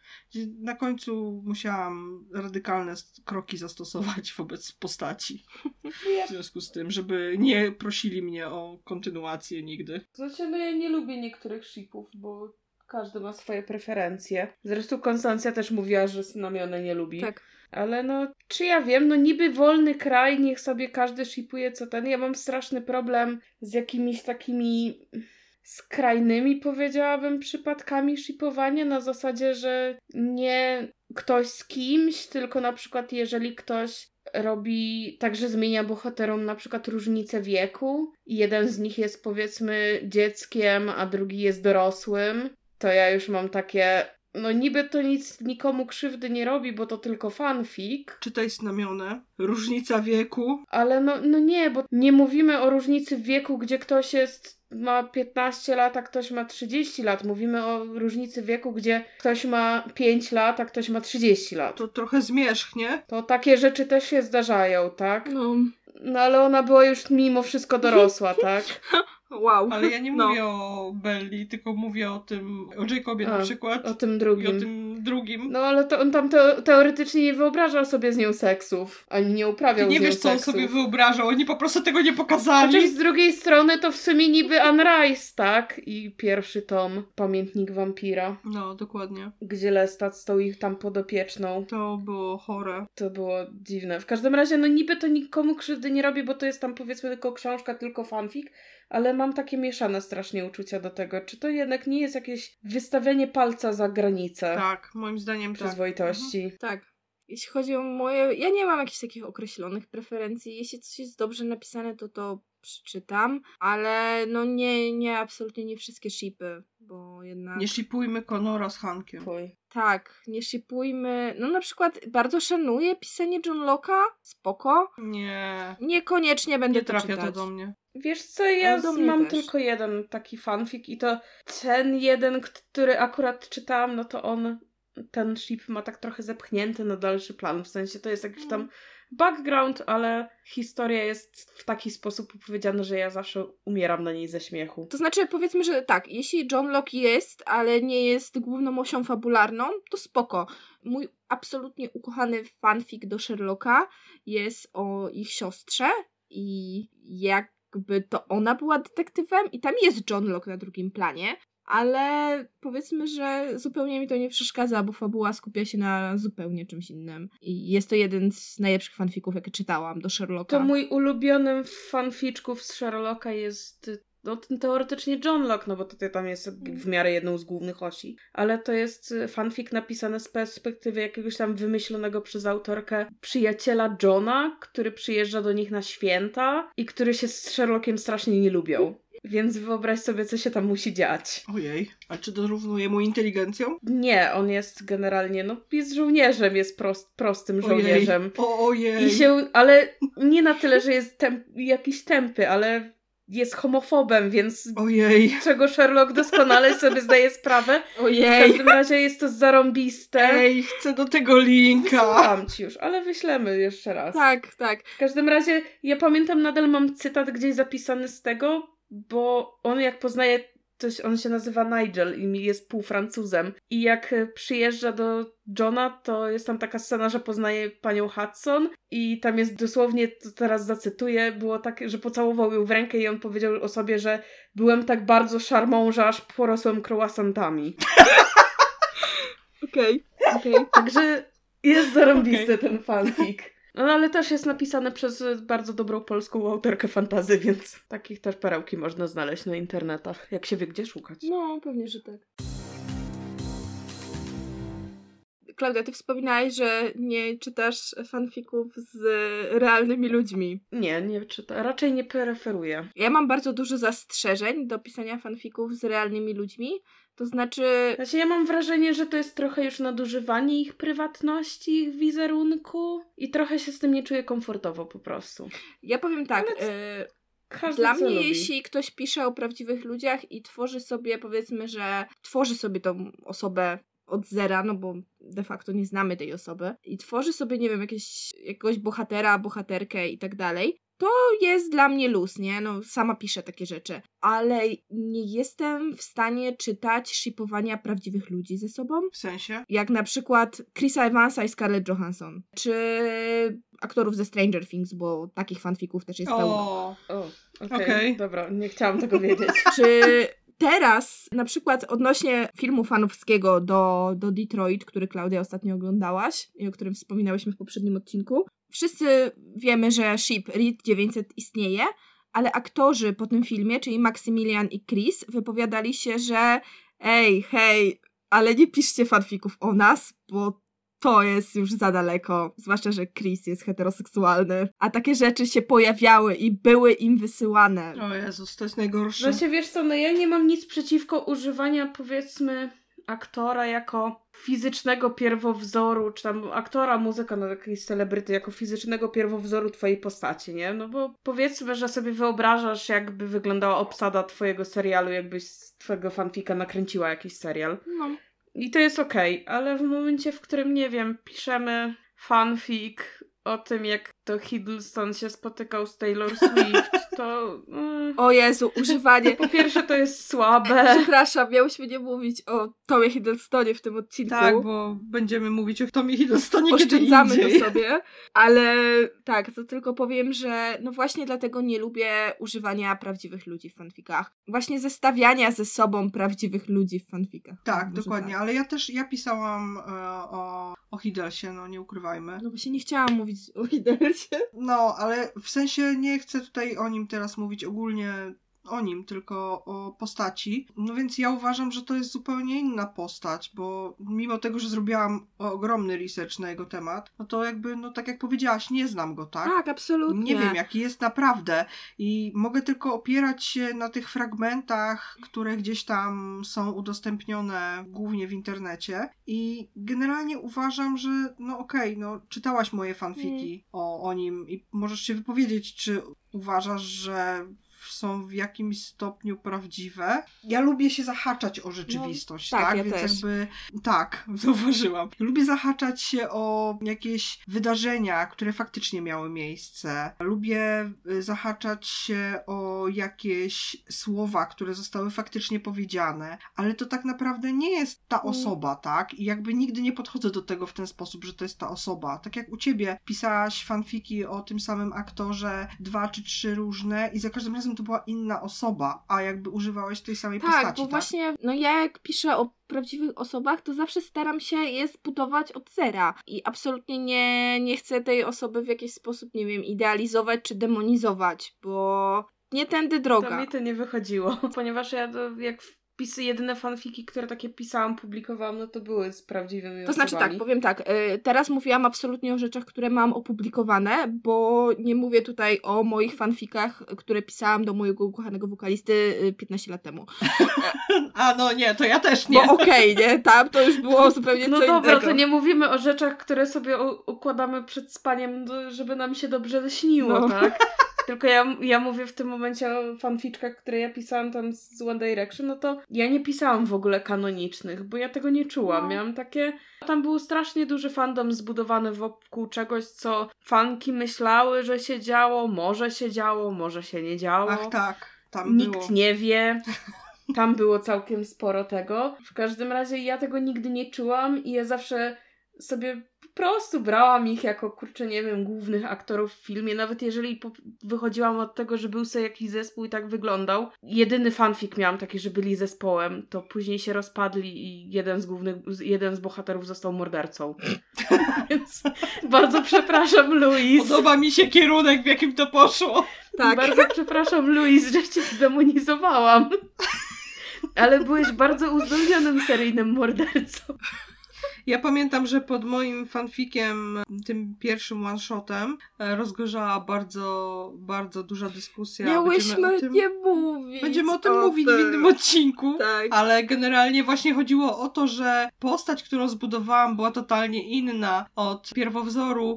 Na końcu musiałam radykalne kroki zastosować wobec postaci. W związku z tym, żeby nie prosili mnie o kontynuację nigdy. Znaczy, no ja nie lubię niektórych shipów, bo każdy ma swoje preferencje. Zresztą Konstancja też mówiła, że Znamione nie lubi. Tak. Ale no, czy ja wiem, no niby wolny kraj, niech sobie każdy shipuje co ten. Ja mam straszny problem z jakimiś takimi... skrajnymi, powiedziałabym, przypadkami shipowania na zasadzie, że nie ktoś z kimś, tylko na przykład jeżeli ktoś robi tak, że zmienia bohaterom na przykład różnicę wieku i jeden z nich jest powiedzmy dzieckiem, a drugi jest dorosłym, to ja już mam takie, no niby to nic nikomu krzywdy nie robi, bo to tylko fanfic. Czytaj Znamione. Różnica wieku. Ale no, no nie, bo nie mówimy o różnicy wieku, gdzie ktoś jest ma piętnaście lat, a ktoś ma trzydzieści lat. Mówimy o różnicy wieku, gdzie ktoś ma pięć lat, a ktoś ma trzydzieści lat. To trochę zmierzch, nie? To takie rzeczy też się zdarzają, tak? No. No ale ona była już mimo wszystko dorosła, tak? Wow. Ale ja nie no. mówię o Belli, tylko mówię o tym, o Jacobie a, na przykład. O tym drugim. I o tym drugim. No ale to on tam te- teoretycznie nie wyobrażał sobie z nią seksów, ani nie uprawiał Ty nie z nią wiesz, co seksów. on sobie wyobrażał, oni po prostu tego nie pokazali. Chociaż z drugiej strony to w sumie niby Anne Rice, tak? I pierwszy tom, Pamiętnik wampira. No, dokładnie. Gdzie Lestat stał ich tam podopieczną. To było chore. To było dziwne. W każdym razie, no niby to nikomu krzywdy nie robi, bo to jest tam powiedzmy tylko książka, tylko fanfic, ale mam takie mieszane strasznie uczucia do tego. Czy to jednak nie jest jakieś wystawianie palca za granicę? Tak, moim zdaniem tak. Przyzwoitości. Mhm. Tak. Jeśli chodzi o moje... Ja nie mam jakichś takich określonych preferencji. Jeśli coś jest dobrze napisane, to to przeczytam, ale no nie, nie, absolutnie nie wszystkie shipy, bo jednak... Nie shipujmy Conora z Hankiem. Fuj. Tak, nie shipujmy... No na przykład bardzo szanuję pisanie John Locke'a, spoko. Nie. Niekoniecznie będę Nie to trafia czytać. to do mnie. Wiesz co, ja do z, mnie mam też. tylko jeden taki fanfic i to ten jeden, który akurat czytałam, no to on, ten ship ma tak trochę zepchnięty na dalszy plan, w sensie to jest jakiś tam background, ale historia jest w taki sposób opowiedziana, że ja zawsze umieram na niej ze śmiechu. To znaczy, powiedzmy, że tak, jeśli John Locke jest, ale nie jest główną osią fabularną, to spoko. Mój absolutnie ukochany fanfic do Sherlocka jest o ich siostrze i jakby to ona była detektywem i tam jest John Locke na drugim planie, ale powiedzmy, że zupełnie mi to nie przeszkadza, bo fabuła skupia się na zupełnie czymś innym. I jest to jeden z najlepszych fanfików, jakie czytałam do Sherlocka. To mój ulubiony fanficzków z Sherlocka jest no, teoretycznie John Locke, no bo tutaj tam jest w miarę jedną z głównych osi, ale to jest fanfic napisany z perspektywy jakiegoś tam wymyślonego przez autorkę przyjaciela Johna, który przyjeżdża do nich na święta i który się z Sherlockiem strasznie nie lubią. Więc wyobraź sobie, co się tam musi dziać. Ojej, a czy dorównuje mu inteligencją? Nie, on jest generalnie, no jest żołnierzem, jest prost, prostym żołnierzem. Ojej. O, ojej. I się, ale nie na tyle, że jest temp, jakiś tępy, ale jest homofobem, więc ojej. czego Sherlock doskonale sobie zdaje sprawę. Ojej. W każdym razie jest to zarąbiste. Ej, chcę do tego linka. Wysyłam ci już, ale wyślemy jeszcze raz. Tak, tak. W każdym razie ja pamiętam, nadal mam cytat gdzieś zapisany z tego, bo on jak poznaje, coś, on się nazywa Nigel i jest półfrancuzem. I jak przyjeżdża do Johna, to jest tam taka scena, że poznaje panią Hudson i tam jest dosłownie, to teraz zacytuję, było tak, że pocałował ją w rękę i on powiedział o sobie, że byłem tak bardzo szarmą, że aż porosłem croissantami. Okej, okay, okej. Okay. Także jest zarąbisty okay. ten fanfic. No ale też jest napisane przez bardzo dobrą polską autorkę fantasy, więc takich też perełki można znaleźć na internetach, jak się wie gdzie szukać. No, pewnie, że tak. Klaudia, ty wspominałeś, że nie czytasz fanfików z realnymi ludźmi. Nie, nie czytam. Raczej nie preferuję. Ja mam bardzo dużo zastrzeżeń do pisania fanfików z realnymi ludźmi. To znaczy... Znaczy ja mam wrażenie, że to jest trochę już nadużywanie ich prywatności, ich wizerunku i trochę się z tym nie czuję komfortowo po prostu. Ja powiem tak... Ale... Dla mnie, lubi. Jeśli ktoś pisze o prawdziwych ludziach i tworzy sobie, powiedzmy, że tworzy sobie tą osobę od zera, no bo de facto nie znamy tej osoby i tworzy sobie, nie wiem, jakieś, jakiegoś bohatera, bohaterkę i tak dalej, to jest dla mnie luz, nie? No sama piszę takie rzeczy. Ale nie jestem w stanie czytać shipowania prawdziwych ludzi ze sobą. W sensie? Jak na przykład Chrisa Evansa i Scarlett Johansson. Czy aktorów ze Stranger Things, bo takich fanfików też jest pełno. O, o okej, okay. okay. Dobra, nie chciałam tego wiedzieć. Czy teraz, na przykład odnośnie filmu fanowskiego do, do Detroit, który Klaudia ostatnio oglądałaś i o którym wspominałyśmy w poprzednim odcinku, wszyscy wiemy, że ship R I D dziewięćset istnieje, ale aktorzy po tym filmie, czyli Maximilian i Chris, wypowiadali się, że ej, hej, ale nie piszcie fanfików o nas, bo to jest już za daleko, zwłaszcza, że Chris jest heteroseksualny, a takie rzeczy się pojawiały i były im wysyłane. O Jezus, to jest najgorsze. No się wiesz co, no ja nie mam nic przeciwko używania, powiedzmy, aktora jako fizycznego pierwowzoru, czy tam aktora, muzyka, no jakiejś celebryty, jako fizycznego pierwowzoru twojej postaci, nie? No bo powiedzmy, że sobie wyobrażasz, jakby wyglądała obsada twojego serialu, jakbyś z twojego fanfika nakręciła jakiś serial. No. I to jest okej, okay, ale w momencie, w którym, nie wiem, piszemy fanfic o tym, jak to Hiddleston się spotykał z Taylor Swift, to... Mm, o Jezu, używanie... Po pierwsze to jest słabe. Przepraszam, miałyśmy nie mówić o Tomie Hiddlestonie w tym odcinku. Tak, bo będziemy mówić o Tomie Hiddlestonie Oszczędzamy kiedy indziej. to sobie, ale tak, to tylko powiem, że no właśnie dlatego nie lubię używania prawdziwych ludzi w fanfikach. Właśnie zestawiania ze sobą prawdziwych ludzi w fanfikach. Tak, dokładnie, tak. Ale ja też, ja pisałam e, o, o Hiddelsie, no nie ukrywajmy. No bo się nie chciałam mówić o Hiddelsie. No, ale w sensie nie chcę tutaj o nim teraz mówić ogólnie o nim, tylko o postaci. No więc ja uważam, że to jest zupełnie inna postać, bo mimo tego, że zrobiłam ogromny research na jego temat, no to jakby, no tak jak powiedziałaś, nie znam go, tak? Tak, absolutnie. Nie wiem, jaki jest naprawdę i mogę tylko opierać się na tych fragmentach, które gdzieś tam są udostępnione głównie w internecie i generalnie uważam, że no okej, okay, no czytałaś moje fanfiki mm. o, o nim i możesz się wypowiedzieć, czy uważasz, że są w jakimś stopniu prawdziwe. Ja lubię się zahaczać o rzeczywistość, no, tak? tak? Ja Więc też. jakby tak, zauważyłam. Lubię zahaczać się o jakieś wydarzenia, które faktycznie miały miejsce. Lubię zahaczać się o jakieś słowa, które zostały faktycznie powiedziane, ale to tak naprawdę nie jest ta osoba, tak? I jakby nigdy nie podchodzę do tego w ten sposób, że to jest ta osoba. Tak jak u ciebie pisałaś fanfiki o tym samym aktorze, dwa czy trzy różne i za każdym razem to była inna osoba, a jakby używałeś tej samej tak, postaci, bo tak? właśnie, no ja jak piszę o prawdziwych osobach, to zawsze staram się je zbudować od zera i absolutnie nie, nie chcę tej osoby w jakiś sposób, nie wiem, idealizować czy demonizować, bo nie tędy droga. To mi to nie wychodziło, ponieważ ja to, jak wpisy, jedyne fanfiki, które takie pisałam, publikowałam, no to były z prawdziwymi To osobami. znaczy tak, powiem tak, y, teraz mówiłam absolutnie o rzeczach, które mam opublikowane, bo nie mówię tutaj o moich fanfikach, które pisałam do mojego ukochanego wokalisty y, piętnaście lat temu. A no nie, to ja też nie. Bo okej, okay, nie, tam to już było zupełnie no co dobra, innego. to nie mówimy o rzeczach, które sobie u- układamy przed spaniem, żeby nam się dobrze śniło, No. tak? Tylko ja, ja mówię w tym momencie o fanficzkach, które ja pisałam tam z One Direction, no to ja nie pisałam w ogóle kanonicznych, bo ja tego nie czułam. No. Miałam takie... Tam był strasznie duży fandom zbudowany wokół czegoś, co fanki myślały, że się działo, może się działo, może się nie działo. Ach tak, tam Nikt było. nie wie. Tam było całkiem sporo tego. W każdym razie ja tego nigdy nie czułam i ja zawsze sobie po prostu brałam ich jako, kurczę, nie wiem, głównych aktorów w filmie, nawet jeżeli po- wychodziłam od tego, że był sobie jakiś zespół i tak wyglądał. Jedyny fanfic miałam taki, że byli zespołem, to później się rozpadli i jeden z głównych, jeden z bohaterów został mordercą. Więc bardzo przepraszam, Louise. Podoba mi się kierunek, w jakim to poszło. Tak. Bardzo przepraszam, Louise, że cię zdemonizowałam. Ale byłeś bardzo uzdolnionym seryjnym mordercą. Ja pamiętam, że pod moim fanfikiem, tym pierwszym one-shotem, e, rozgorzała bardzo, bardzo duża dyskusja. Miałyśmy Będziemy o tym, nie mówić. będziemy o tym o mówić tym. w innym odcinku. Tak. Ale generalnie właśnie chodziło o to, że postać, którą zbudowałam, była totalnie inna od pierwowzoru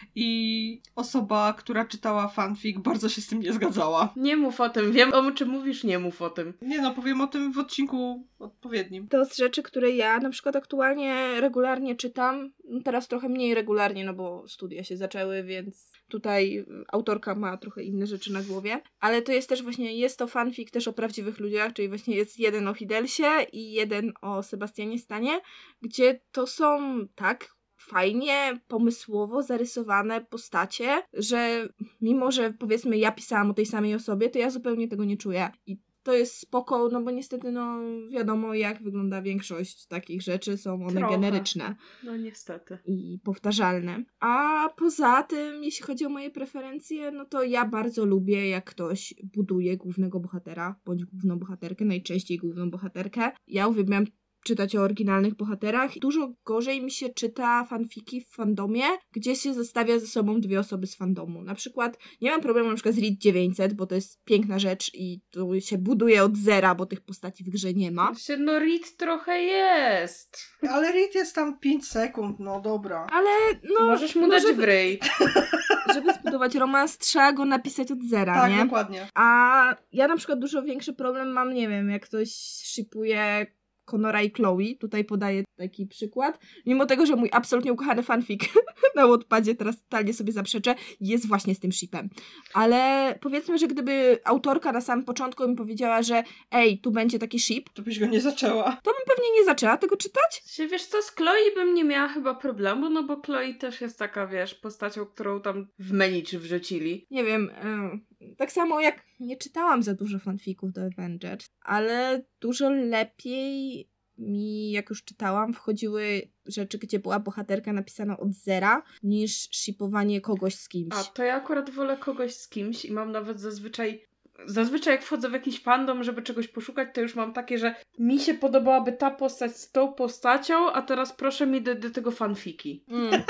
i osoba, która czytała fanfic, bardzo się z tym nie zgadzała. Nie mów o tym. Wiem, o czym mówisz, nie mów o tym. Nie no, powiem o tym w odcinku odpowiednim. To z rzeczy, które ja na przykład aktualnie regularnie czytam, no teraz trochę mniej regularnie, no bo studia się zaczęły, więc tutaj autorka ma trochę inne rzeczy na głowie, ale to jest też właśnie, jest to fanfic też o prawdziwych ludziach, czyli właśnie jest jeden o Fidelsie i jeden o Sebastianie Stanie, gdzie to są tak fajnie, pomysłowo zarysowane postacie, że mimo, że powiedzmy ja pisałam o tej samej osobie, to ja zupełnie tego nie czuję i to jest spoko, no bo niestety no wiadomo jak wygląda większość takich rzeczy, są one Trochę. generyczne No niestety. i powtarzalne. A poza tym, jeśli chodzi o moje preferencje, no to ja bardzo lubię, jak ktoś buduje głównego bohatera, bądź główną bohaterkę, najczęściej główną bohaterkę. Ja uwielbiam czytać o oryginalnych bohaterach. Dużo gorzej mi się czyta fanfiki w fandomie, gdzie się zestawia ze sobą dwie osoby z fandomu. Na przykład nie mam problemu na przykład z Reed dziewięćset, bo to jest piękna rzecz i to się buduje od zera, bo tych postaci w grze nie ma. Się, no Reed trochę jest. Ale Reed jest tam pięć sekund, no dobra. Ale no... Możesz mu no, dać żeby, w ryj. żeby zbudować romans, trzeba go napisać od zera, Tak, nie? dokładnie. A ja na przykład dużo większy problem mam, nie wiem, jak ktoś shipuje Connora i Chloe, tutaj podaję taki przykład, mimo tego, że mój absolutnie ukochany fanfic na Wattpadzie, teraz totalnie sobie zaprzeczę, jest właśnie z tym shipem. Ale powiedzmy, że gdyby autorka na samym początku mi powiedziała, że ej, tu będzie taki ship, To byś go nie zaczęła. to bym pewnie nie zaczęła tego czytać. Się, wiesz co, z Chloe bym nie miała chyba problemu, no bo Chloe też jest taka, wiesz, postacią, którą tam w menu czy wrzucili. Nie wiem, y, tak samo jak nie czytałam za dużo fanfików do Avengers, ale dużo lepiej mi, jak już czytałam, wchodziły rzeczy, gdzie była bohaterka napisana od zera, niż shipowanie kogoś z kimś. A to ja akurat wolę kogoś z kimś i mam nawet zazwyczaj... Zazwyczaj jak wchodzę w jakiś fandom, żeby czegoś poszukać, to już mam takie, że mi się podobałaby ta postać z tą postacią, a teraz proszę mi do, do tego fanfiki. Mm.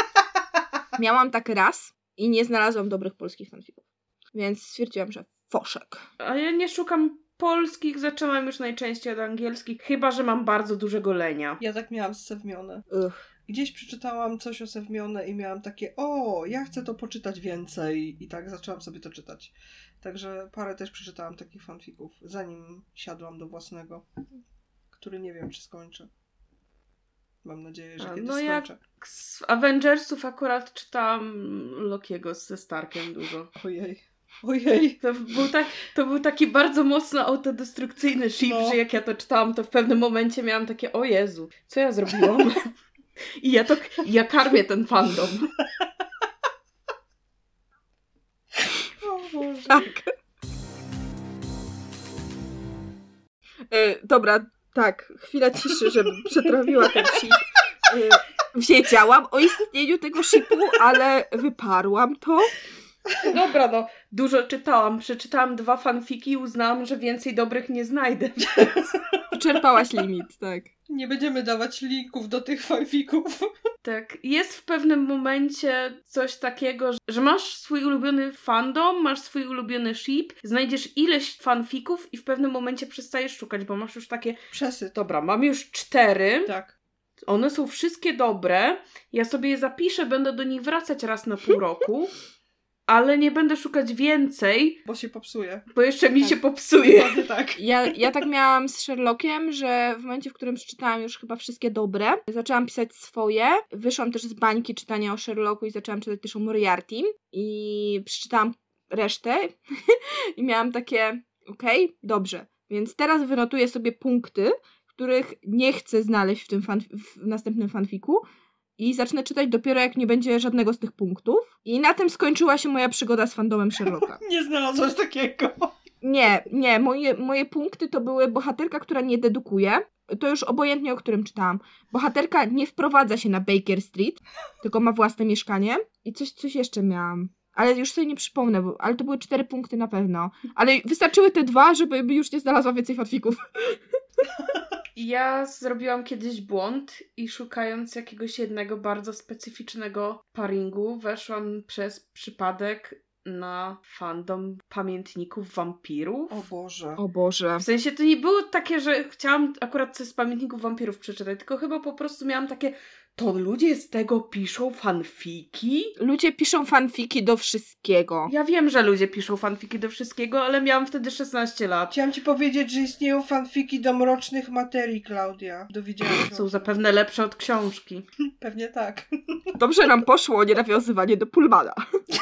Miałam tak raz i nie znalazłam dobrych polskich fanfików. Więc stwierdziłam, że foszek. A ja nie szukam polskich, zaczynam już najczęściej od angielskich, chyba że mam bardzo dużego lenia. Ja tak miałam z Sewmione. Ugh. Gdzieś przeczytałam coś o Sewmione i miałam takie, o, ja chcę to poczytać więcej. I tak zaczęłam sobie to czytać. Także parę też przeczytałam takich fanfików, zanim siadłam do własnego, który nie wiem, czy skończę. Mam nadzieję, że A, kiedyś no jak skończę. z Avengersów akurat czytałam Lokiego ze Starkiem dużo. Ojej. Ojej. To był, tak, to był taki bardzo mocno autodestrukcyjny ship, No. że jak ja to czytałam, to w pewnym momencie miałam takie, o Jezu, co ja zrobiłam? I ja to, ja karmię ten fandom. O Boże. Tak. E, dobra, tak, chwila ciszy, żebym przetrawiła ten ship. E, wiedziałam o istnieniu tego shipu, ale wyparłam to. Dobra, no, dużo czytałam. Przeczytałam dwa fanfiki i uznałam, że więcej dobrych nie znajdę. Wyczerpałaś limit, tak. Nie będziemy dawać linków do tych fanfików. Tak, jest w pewnym momencie coś takiego, że masz swój ulubiony fandom, masz swój ulubiony ship, znajdziesz ileś fanfików i w pewnym momencie przestajesz szukać, bo masz już takie, Przesyt. dobra, mam już cztery, Tak. one są wszystkie dobre, ja sobie je zapiszę, będę do nich wracać raz na pół roku, ale nie będę szukać więcej, Bo się popsuje. bo jeszcze mi Tak. się popsuje. Dokładnie tak. Ja, ja tak miałam z Sherlockiem, że w momencie, w którym przeczytałam już chyba wszystkie dobre, zaczęłam pisać swoje. Wyszłam też z bańki czytania o Sherlocku i zaczęłam czytać też o Moriarty. I przeczytałam resztę i miałam takie, okej, okay, dobrze. Więc teraz wynotuję sobie punkty, których nie chcę znaleźć w tym fan, w następnym fanfiku. I zacznę czytać dopiero jak nie będzie żadnego z tych punktów. I na tym skończyła się moja przygoda z fandomem Sherlocka. Nie znalazłaś takiego. Nie, nie. Moje, moje punkty to były bohaterka, która nie dedukuje. To już obojętnie, o którym czytałam. Bohaterka nie wprowadza się na Baker Street, tylko ma własne mieszkanie. I coś, coś jeszcze miałam. Ale już sobie nie przypomnę, bo, ale to były cztery punkty na pewno. Ale wystarczyły te dwa, żeby już nie znalazła więcej fanfików. Ja zrobiłam kiedyś błąd i szukając jakiegoś jednego bardzo specyficznego paringu, weszłam przez przypadek na fandom pamiętników wampirów. O Boże. O Boże. W sensie to nie było takie, że chciałam akurat coś z pamiętników wampirów przeczytać, tylko chyba po prostu miałam takie, to ludzie z tego piszą fanfiki? Ludzie piszą fanfiki do wszystkiego. Ja wiem, że ludzie piszą fanfiki do wszystkiego, ale miałam wtedy szesnaście lat. Chciałam ci powiedzieć, że istnieją fanfiki do mrocznych materii, Klaudia. Dowiedziałam się. Są zapewne lepsze od książki. Pewnie tak. Dobrze nam poszło nie nawiązywanie do Pullmana.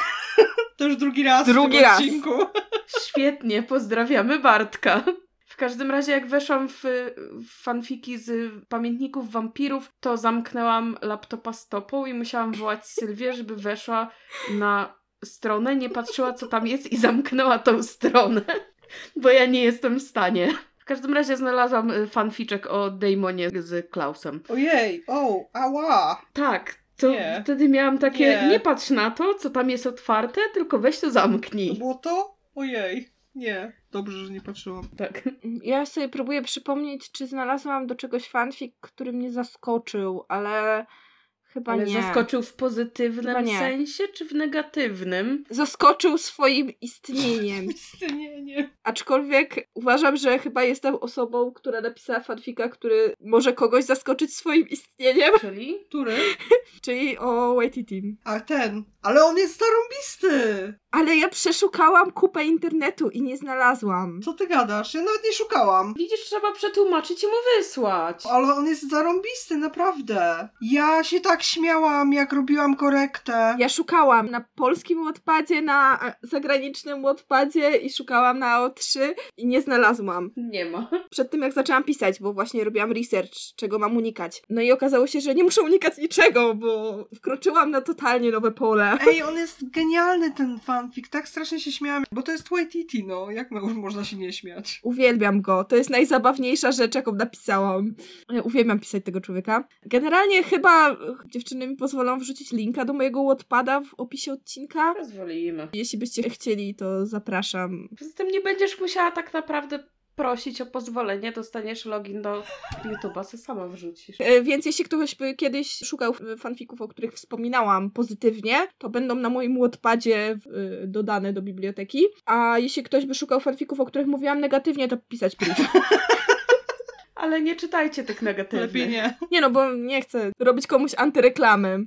To już drugi raz Drugi w tym raz. odcinku. Świetnie, pozdrawiamy Bartka. W każdym razie jak weszłam w, w fanfiki z pamiętników wampirów, to zamknęłam laptopa stopą i musiałam wołać Sylwię, żeby weszła na stronę, nie patrzyła co tam jest i zamknęła tą stronę, bo ja nie jestem w stanie. W każdym razie znalazłam fanficzek o Daemonie z Klausem. Ojej, o, ała. Tak, to Nie. wtedy miałam takie, Nie. nie patrz na to, co tam jest otwarte, tylko weź to To zamknij. było to? Ojej. Nie. Dobrze, że nie patrzyłam. Tak. Ja sobie próbuję przypomnieć, czy znalazłam do czegoś fanfic, który mnie zaskoczył, ale chyba Ale nie. zaskoczył w pozytywnym Chyba nie. sensie, czy w negatywnym? Zaskoczył swoim istnieniem. Istnienie. Aczkolwiek uważam, że chyba jestem osobą, która napisała fanfika, który może kogoś zaskoczyć swoim istnieniem, Czyli? Który? czyli o Whitey Team. A ten. Ale on jest zarąbisty. Ale ja przeszukałam kupę internetu i nie znalazłam. Co ty gadasz? Ja nawet nie szukałam. Widzisz, trzeba przetłumaczyć i mu wysłać. Ale on jest zarąbisty, naprawdę. Ja się tak śmiałam, jak robiłam korektę. Ja szukałam na polskim Wattpadzie, na zagranicznym Wattpadzie i szukałam na O trzy i nie znalazłam. Nie ma. Przed tym jak zaczęłam pisać, bo właśnie robiłam research, czego mam unikać. No i okazało się, że nie muszę unikać niczego, bo wkroczyłam na totalnie nowe pole. Ej, on jest genialny, ten fanfic. Tak strasznie się śmiałam. Bo to jest Waititi, no. Jak mo- można się nie śmiać? Uwielbiam go. To jest najzabawniejsza rzecz, jaką napisałam. Ja uwielbiam pisać tego człowieka. Generalnie chyba dziewczyny mi pozwolą wrzucić linka do mojego Wattpada w opisie odcinka. Pozwolimy. Jeśli byście chcieli, to zapraszam. Poza tym nie będziesz musiała tak naprawdę prosić o pozwolenie, dostaniesz login do YouTube'a, se sama wrzucisz. E, Więc jeśli ktoś by kiedyś szukał fanfików, o których wspominałam pozytywnie, to będą na moim Wattpadzie y, dodane do biblioteki. A jeśli ktoś by szukał fanfików, o których mówiłam negatywnie, to pisać brief. Ale nie czytajcie tych negatywnych. Lepiej nie. Nie no, bo nie chcę robić komuś antyreklamy.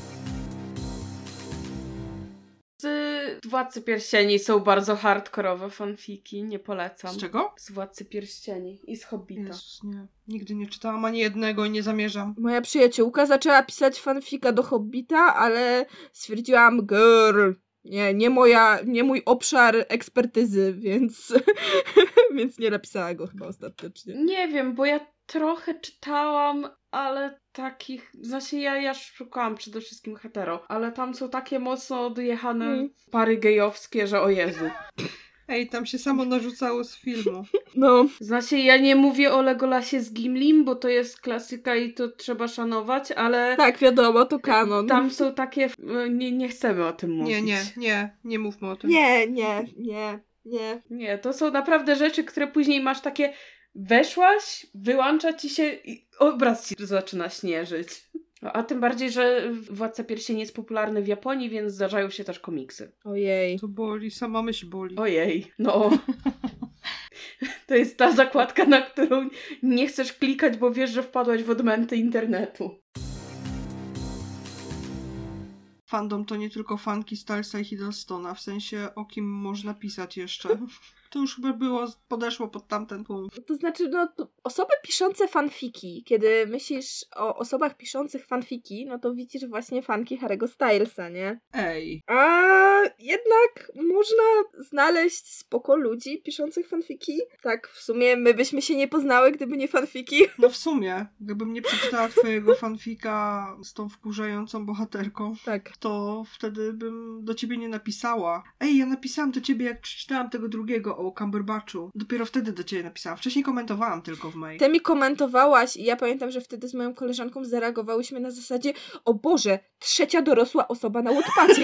Z Władcy Pierścieni są bardzo hardkorowe fanfiki, nie polecam. Z czego? Z Władcy Pierścieni i z Hobbita. Jezus, nie. Nigdy nie czytałam ani jednego i nie zamierzam. Moja przyjaciółka zaczęła pisać fanfika do Hobbita, ale stwierdziłam, girl, nie, nie moja, nie mój obszar ekspertyzy, więc, więc nie napisała go chyba ostatecznie. Nie wiem, bo ja trochę czytałam, ale takich, znaczy ja, ja szukałam przede wszystkim hetero, ale tam są takie mocno odjechane Mm. pary gejowskie, że o Jezu. Ej, tam się samo narzucało z filmu. No. Znaczy, ja nie mówię o Legolasie z Gimlim, bo to jest klasyka i to trzeba szanować, ale... Tak, wiadomo, to kanon. Tam są takie... Nie, nie chcemy o tym mówić. Nie, nie, nie, nie mówmy o tym. Nie, nie, nie, nie. Nie, to są naprawdę rzeczy, które później masz takie... Weszłaś, wyłącza ci się i obraz ci zaczyna śnieżyć. A tym bardziej, że Władca Pierścieni jest popularny w Japonii, więc zdarzają się też komiksy. Ojej. To boli, sama myśl boli. Ojej, no. To jest ta zakładka, na którą nie chcesz klikać, bo wiesz, że wpadłaś w odmęty internetu. Fandom to nie tylko fanki Stylesa i Hiddlestona, w sensie o kim można pisać jeszcze. To już chyba było, podeszło pod tamten punkt. To znaczy, no, to osoby piszące fanfiki, kiedy myślisz o osobach piszących fanfiki, no to widzisz właśnie fanki Harry'ego Stylesa, nie? Ej. A jednak można znaleźć spoko ludzi piszących fanfiki. Tak, w sumie my byśmy się nie poznały, gdyby nie fanfiki. No w sumie, gdybym nie przeczytała twojego fanfika z tą wkurzającą bohaterką, Tak. to wtedy bym do ciebie nie napisała. Ej, ja napisałam do ciebie, jak przeczytałam tego drugiego o Cumberbatchu. Dopiero wtedy do ciebie napisałam. Wcześniej komentowałam tylko w mail. Ty mi komentowałaś i ja pamiętam, że wtedy z moją koleżanką zareagowałyśmy na zasadzie: o Boże, trzecia dorosła osoba na Wattpadzie.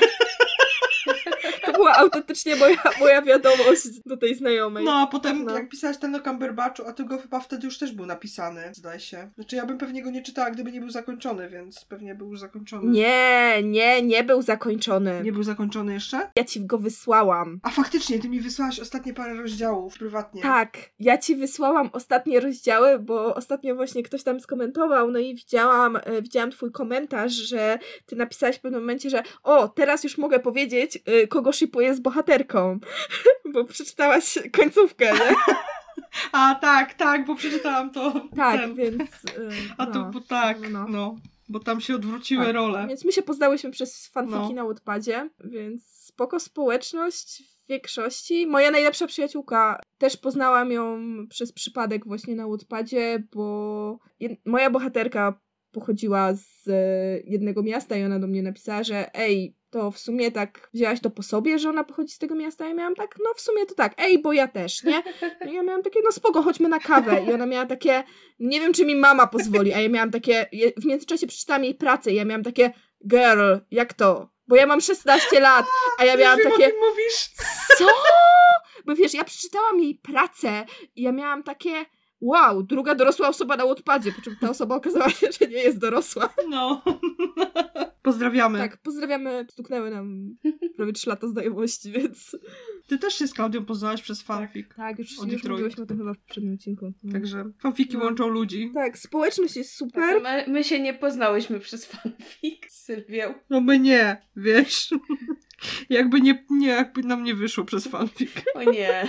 To była autentycznie moja, moja wiadomość do tej znajomej. No, a potem No. jak pisałaś ten o Cumberbatchu, a ty go chyba wtedy już też był napisany, zdaje się. Znaczy ja bym pewnie go nie czytała, gdyby nie był zakończony, więc pewnie był już zakończony. Nie, nie, nie był zakończony. Nie był zakończony jeszcze? Ja ci go wysłałam. A faktycznie, ty mi wysłałaś ostatnie parę rozdziałów prywatnie. Tak, ja ci wysłałam ostatnie rozdziały, bo ostatnio właśnie ktoś tam skomentował, no i widziałam, e, widziałam twój komentarz, że ty napisałeś w pewnym momencie, że o, teraz już mogę powiedzieć, y, kogo shipuję z bohaterką, bo przeczytałaś końcówkę, nie? A tak, tak, bo przeczytałam to. Tak, ten. więc... Y, A no, to bo tak, no. no. Bo tam się odwróciły Tak. role. Więc my się poznałyśmy przez fanfiki No. na Wattpadzie, więc spoko społeczność w większości. Moja najlepsza przyjaciółka, też poznałam ją przez przypadek właśnie na Wattpadzie, bo jed- moja bohaterka pochodziła z e, jednego miasta i ona do mnie napisała, że ej, to w sumie tak wzięłaś to po sobie, że ona pochodzi z tego miasta? Ja miałam tak, no w sumie to tak, ej, bo ja też, nie? I ja miałam takie, no spoko, chodźmy na kawę. I ona miała takie, nie wiem, czy mi mama pozwoli, a ja miałam takie, je- w międzyczasie przeczytałam jej pracę i ja miałam takie, girl, jak to? Bo ja mam szesnaście lat, a ja miałam Już wiem, takie, o kim mówisz. co? Bo wiesz, ja przeczytałam jej pracę i ja miałam takie, wow, druga dorosła osoba na Wattpadzie, po czym ta osoba okazała się, że nie jest dorosła. No. Pozdrawiamy. Tak, pozdrawiamy, stuknęły nam prawie trzy lata znajomości, więc... Ty też się z Klaudią poznałaś przez fanfic. Tak, już, O już Detroit. mówiłyśmy o tym chyba w poprzednim odcinku. No. Także fanfiki No. łączą ludzi. Tak, społeczność jest super. My, my się nie poznałyśmy przez fanfic z Sylwią. No my nie, wiesz. Jakby nie, nie, jakby nam nie wyszło przez fanfic. O nie.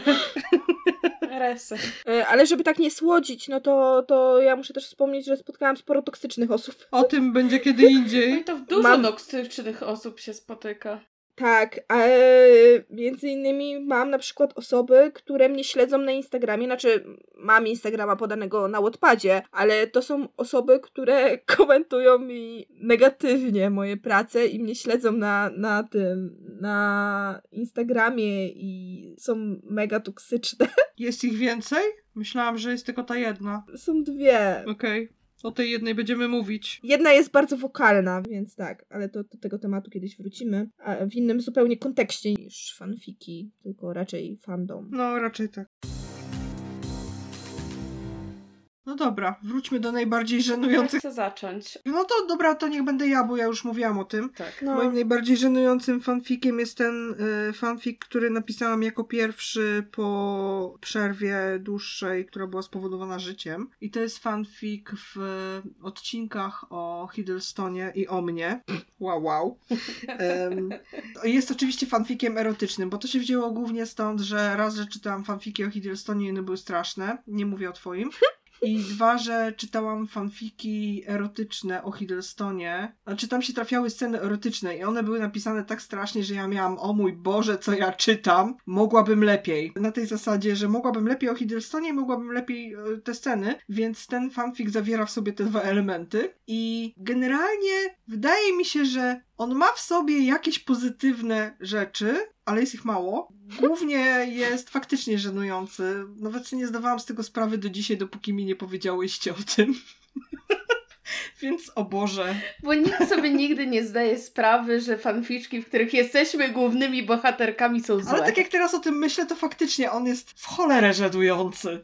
Reset. E, Ale żeby tak nie słodzić, no to, to ja muszę też wspomnieć, że spotkałam sporo toksycznych osób. O tym będzie kiedy No i indziej. to w dużo Mam- toksycznych osób się spotyka. Tak, ale między innymi mam na przykład osoby, które mnie śledzą na Instagramie, znaczy mam Instagrama podanego na Wattpadzie, ale to są osoby, które komentują mi negatywnie moje prace i mnie śledzą na, na tym, na Instagramie i są mega toksyczne. Jest ich więcej? Myślałam, że jest tylko ta jedna. Są dwie. Okej. O tej jednej będziemy mówić. Jedna jest bardzo wokalna, więc tak, ale to do tego tematu kiedyś wrócimy. A w innym zupełnie kontekście niż fanfiki, tylko raczej fandom. No, raczej tak. No dobra, wróćmy do najbardziej Ja żenujących. chcę zacząć. No to dobra, to niech będę ja, bo ja już mówiłam o tym. Tak. No. Moim najbardziej żenującym fanfikiem jest ten y, fanfic, który napisałam jako pierwszy po przerwie dłuższej, która była spowodowana życiem. I to jest fanfic w odcinkach o Hiddlestonie i o mnie. Wow, wow. Em, jest oczywiście fanfikiem erotycznym, bo to się wzięło głównie stąd, że raz, że czytałam fanfiki o Hiddlestonie i one były straszne. Nie mówię o twoim. I dwa, że czytałam fanfiki erotyczne o Hiddlestonie. Znaczy tam się trafiały sceny erotyczne i one były napisane tak strasznie, że ja miałam, o mój Boże, co ja czytam, mogłabym lepiej. Na tej zasadzie, że mogłabym lepiej o Hiddlestonie i mogłabym lepiej e, te sceny, więc ten fanfic zawiera w sobie te dwa elementy. I generalnie wydaje mi się, że On ma w sobie jakieś pozytywne rzeczy, ale jest ich mało. Głównie jest faktycznie żenujący. Nawet sobie nie zdawałam z tego sprawy do dzisiaj, dopóki mi nie powiedziałyście o tym. Więc o Boże. Bo nikt sobie nigdy nie zdaje sprawy, że fanficzki, w których jesteśmy głównymi bohaterkami, są złe. Ale tak jak teraz o tym myślę, to faktycznie on jest w cholerę żenujący.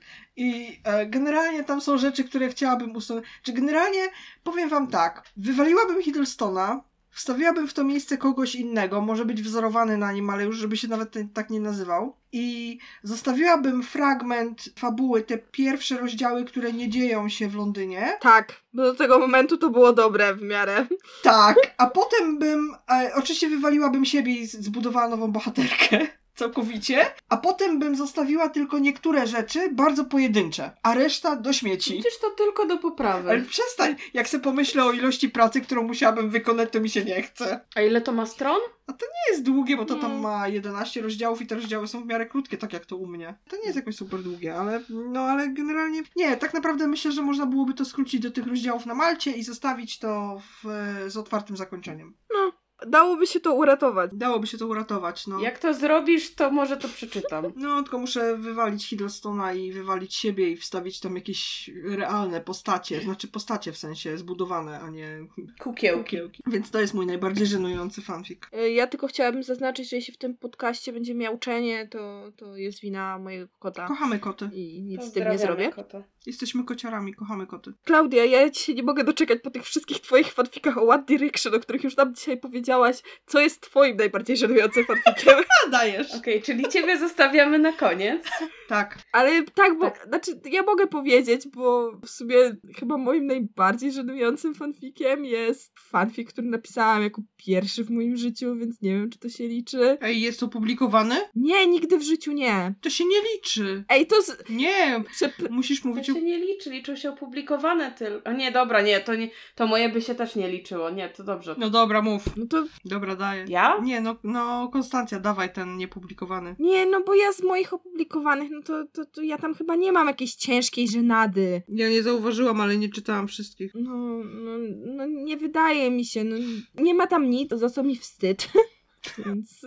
I e, generalnie tam są rzeczy, które chciałabym usunąć. Czy generalnie, powiem wam tak, wywaliłabym Hiddlestona, wstawiłabym w to miejsce kogoś innego, może być wzorowany na nim, ale już żeby się nawet ten, tak nie nazywał. I zostawiłabym fragment fabuły, te pierwsze rozdziały, które nie dzieją się w Londynie. Tak, bo do tego momentu to było dobre w miarę. Tak, a potem bym, e, oczywiście wywaliłabym siebie i z- zbudowała nową bohaterkę. Całkowicie. A potem bym zostawiła tylko niektóre rzeczy bardzo pojedyncze, a reszta do śmieci. Przecież to tylko do poprawy. Ale przestań, jak sobie pomyślę o ilości pracy, którą musiałabym wykonać, to mi się nie chce. A ile to ma stron? Nie jest długie, bo to tam Nie. ma jedenaście rozdziałów i te rozdziały są w miarę krótkie, tak jak to u mnie. To nie jest jakoś super długie, ale no ale generalnie nie, tak naprawdę myślę, że można byłoby to skrócić do tych rozdziałów na Malcie i zostawić to w, z otwartym zakończeniem. No, dałoby się to uratować. Dałoby się to uratować, no. Jak to zrobisz, to może to przeczytam. No, tylko muszę wywalić Hiddlestona i wywalić siebie i wstawić tam jakieś realne postacie, znaczy postacie w sensie zbudowane, a nie Kukiełki. kukiełki. Więc to jest mój najbardziej żenujący fanfic. Y, Ja tylko chciałabym zaznaczyć, że jeśli w tym podcaście będzie miauczenie, to, to jest wina mojego kota. Kochamy koty. I nic z tym Pozdrawiamy nie zrobię. kota. Jesteśmy kociarami, kochamy koty. Klaudia, ja ci się nie mogę doczekać po tych wszystkich twoich fanfikach o One Direction, o których już nam dzisiaj powiedziałaś, co jest twoim najbardziej żenującym fanfikiem. A, dajesz. Okej, okay, czyli ciebie zostawiamy na koniec. Tak. Ale tak, bo, Tak. znaczy, ja mogę powiedzieć, bo w sumie chyba moim najbardziej żenującym fanfikiem jest fanfic, który napisałam jako pierwszy w moim życiu, więc nie wiem, czy to się liczy. Ej, jest opublikowany? Nie, nigdy w życiu nie. To się nie liczy. Ej, to... Z... Nie, Przep... musisz To mówić o... się nie liczy, liczą się opublikowane tylko. A nie, dobra, nie, to nie, to moje by się też nie liczyło. Nie, to dobrze. No dobra, mów. No to Dobra, daję. Ja? Nie, no, no Konstancja, dawaj ten niepublikowany. nie, no bo ja z moich opublikowanych, no to, to, to ja tam chyba nie mam jakiejś ciężkiej żenady. Ja nie zauważyłam, ale nie czytałam wszystkich. No, no, no nie wydaje mi się, no nie ma tam nic, za co mi wstyd. Więc...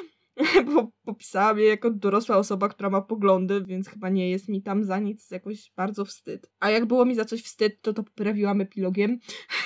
Bo popisałam je jako dorosła osoba, która ma poglądy, więc chyba nie jest mi tam za nic jakoś bardzo wstyd. A jak było mi za coś wstyd, to to poprawiłam epilogiem.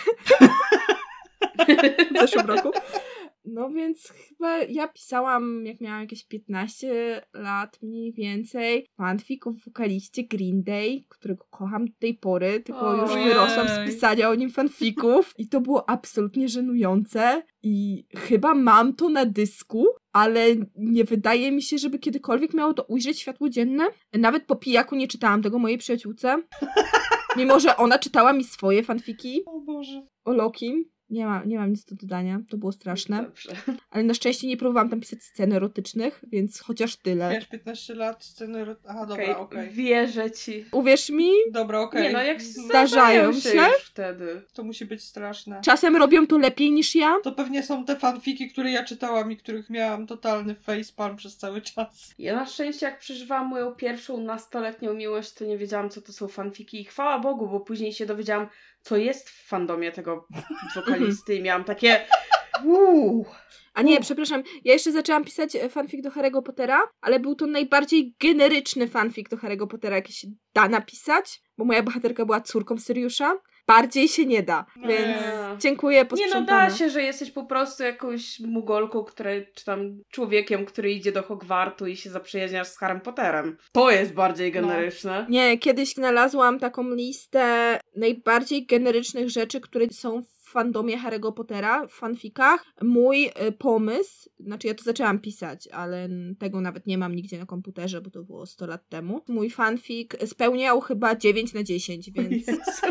W zeszłym roku. No więc chyba ja pisałam, jak miałam jakieś piętnaście lat mniej więcej, fanfic o wokaliście Green Day, którego kocham do tej pory, tylko już Ojej. wyrosłam z pisania o nim fanfików i to było absolutnie żenujące i chyba mam to na dysku, ale nie wydaje mi się, żeby kiedykolwiek miało to ujrzeć światło dzienne. Nawet po pijaku nie czytałam tego mojej przyjaciółce, mimo że ona czytała mi swoje fanfiki O Boże. o Lokim. Nie, ma, nie mam nic do dodania, to było straszne. Dobrze. Ale na szczęście nie próbowałam tam pisać scen erotycznych, więc chociaż tyle. Miałeś piętnaście lat, sceny... ro- Aha, dobra, Okej, okej. wierzę ci. Uwierz mi, Dobra, okej. Nie no, jak Mhm. Zdarzają się się? już wtedy. To musi być straszne. czasem robią to lepiej niż ja. To pewnie są te fanfiki, które ja czytałam i których miałam totalny facepalm przez cały czas. Ja na szczęście jak przeżywałam moją pierwszą nastoletnią miłość, to nie wiedziałam, co to są fanfiki i chwała Bogu, bo później się dowiedziałam, co jest w fandomie tego wokalisty i miałam takie uuu. A nie, przepraszam, ja jeszcze zaczęłam pisać e, fanfic do Harry'ego Pottera, ale był to najbardziej generyczny fanfic do Harry'ego Pottera, jaki się da napisać, bo moja bohaterka była córką Syriusza. Bardziej się nie da, Nie. więc dziękuję, Nie no, posprzątane. da się, że jesteś po prostu jakąś mugolką, która, czy tam człowiekiem, który idzie do Hogwartu i się zaprzyjaźniasz z Harrym Potterem. To jest bardziej generyczne. Nie, kiedyś znalazłam taką listę najbardziej generycznych rzeczy, które są w fandomie Harry'ego Pottera, w fanfikach. Mój y, pomysł, znaczy ja to zaczęłam pisać, ale tego nawet nie mam nigdzie na komputerze, bo to było sto lat temu. Mój fanfic spełniał chyba dziewięć na dziesięć, więc...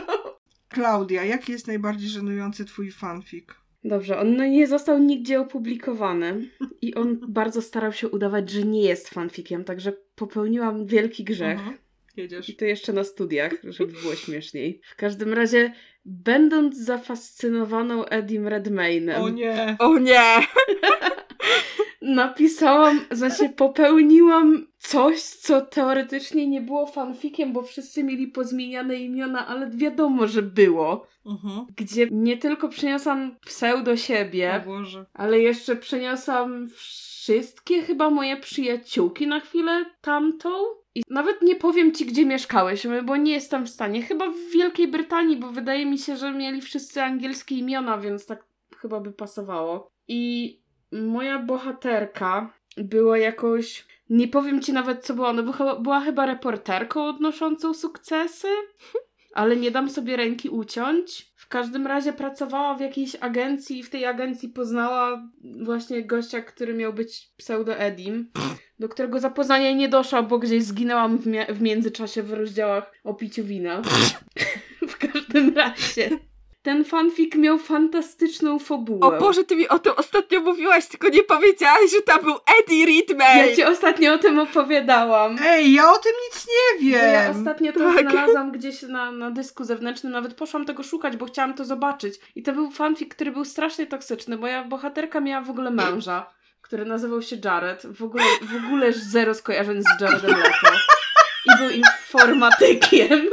Klaudia, jaki jest najbardziej żenujący twój fanfic? Dobrze, on no nie został nigdzie opublikowany i on bardzo starał się udawać, że nie jest fanfikiem, także popełniłam wielki grzech. Mhm. Jedziesz. I to jeszcze na studiach, żeby było śmieszniej. W każdym razie, będąc zafascynowaną Edim Redmaynem, O nie! O nie! napisałam, znaczy popełniłam coś, co teoretycznie nie było fanfikiem, bo wszyscy mieli pozmieniane imiona, ale wiadomo, że było. Mhm. Gdzie nie tylko przyniosłam pseudo siebie, O Boże. ale jeszcze przyniosłam wszystkie chyba moje przyjaciółki na chwilę tamtą. I nawet nie powiem ci, gdzie mieszkałyśmy, bo nie jestem w stanie. Chyba w Wielkiej Brytanii, bo wydaje mi się, że mieli wszyscy angielskie imiona, więc tak chyba by pasowało. I moja bohaterka była jakoś... Nie powiem ci nawet, co była. Ona była, była chyba reporterką odnoszącą sukcesy, ale nie dam sobie ręki uciąć. W każdym razie pracowała w jakiejś agencji i w tej agencji poznała właśnie gościa, który miał być pseudo Edim, do którego zapoznania nie doszła, bo gdzieś zginęłam w, mia- w międzyczasie w rozdziałach o piciu wina. W każdym razie... Ten fanfic miał fantastyczną fabułę. O Boże, ty mi o tym ostatnio mówiłaś, tylko nie powiedziałaś, że tam był Eddie Redmayne. Ja ci ostatnio o tym opowiadałam. Ej, ja o tym nic nie Bo wiem! ja ostatnio to Tak. znalazłam gdzieś na, na dysku zewnętrznym, nawet poszłam tego szukać, bo chciałam to zobaczyć. I to był fanfic, który był strasznie toksyczny. Moja bohaterka miała w ogóle męża, który nazywał się Jared. W ogóle, w ogóle zero skojarzeń z Jaredem Leto. I był informatykiem.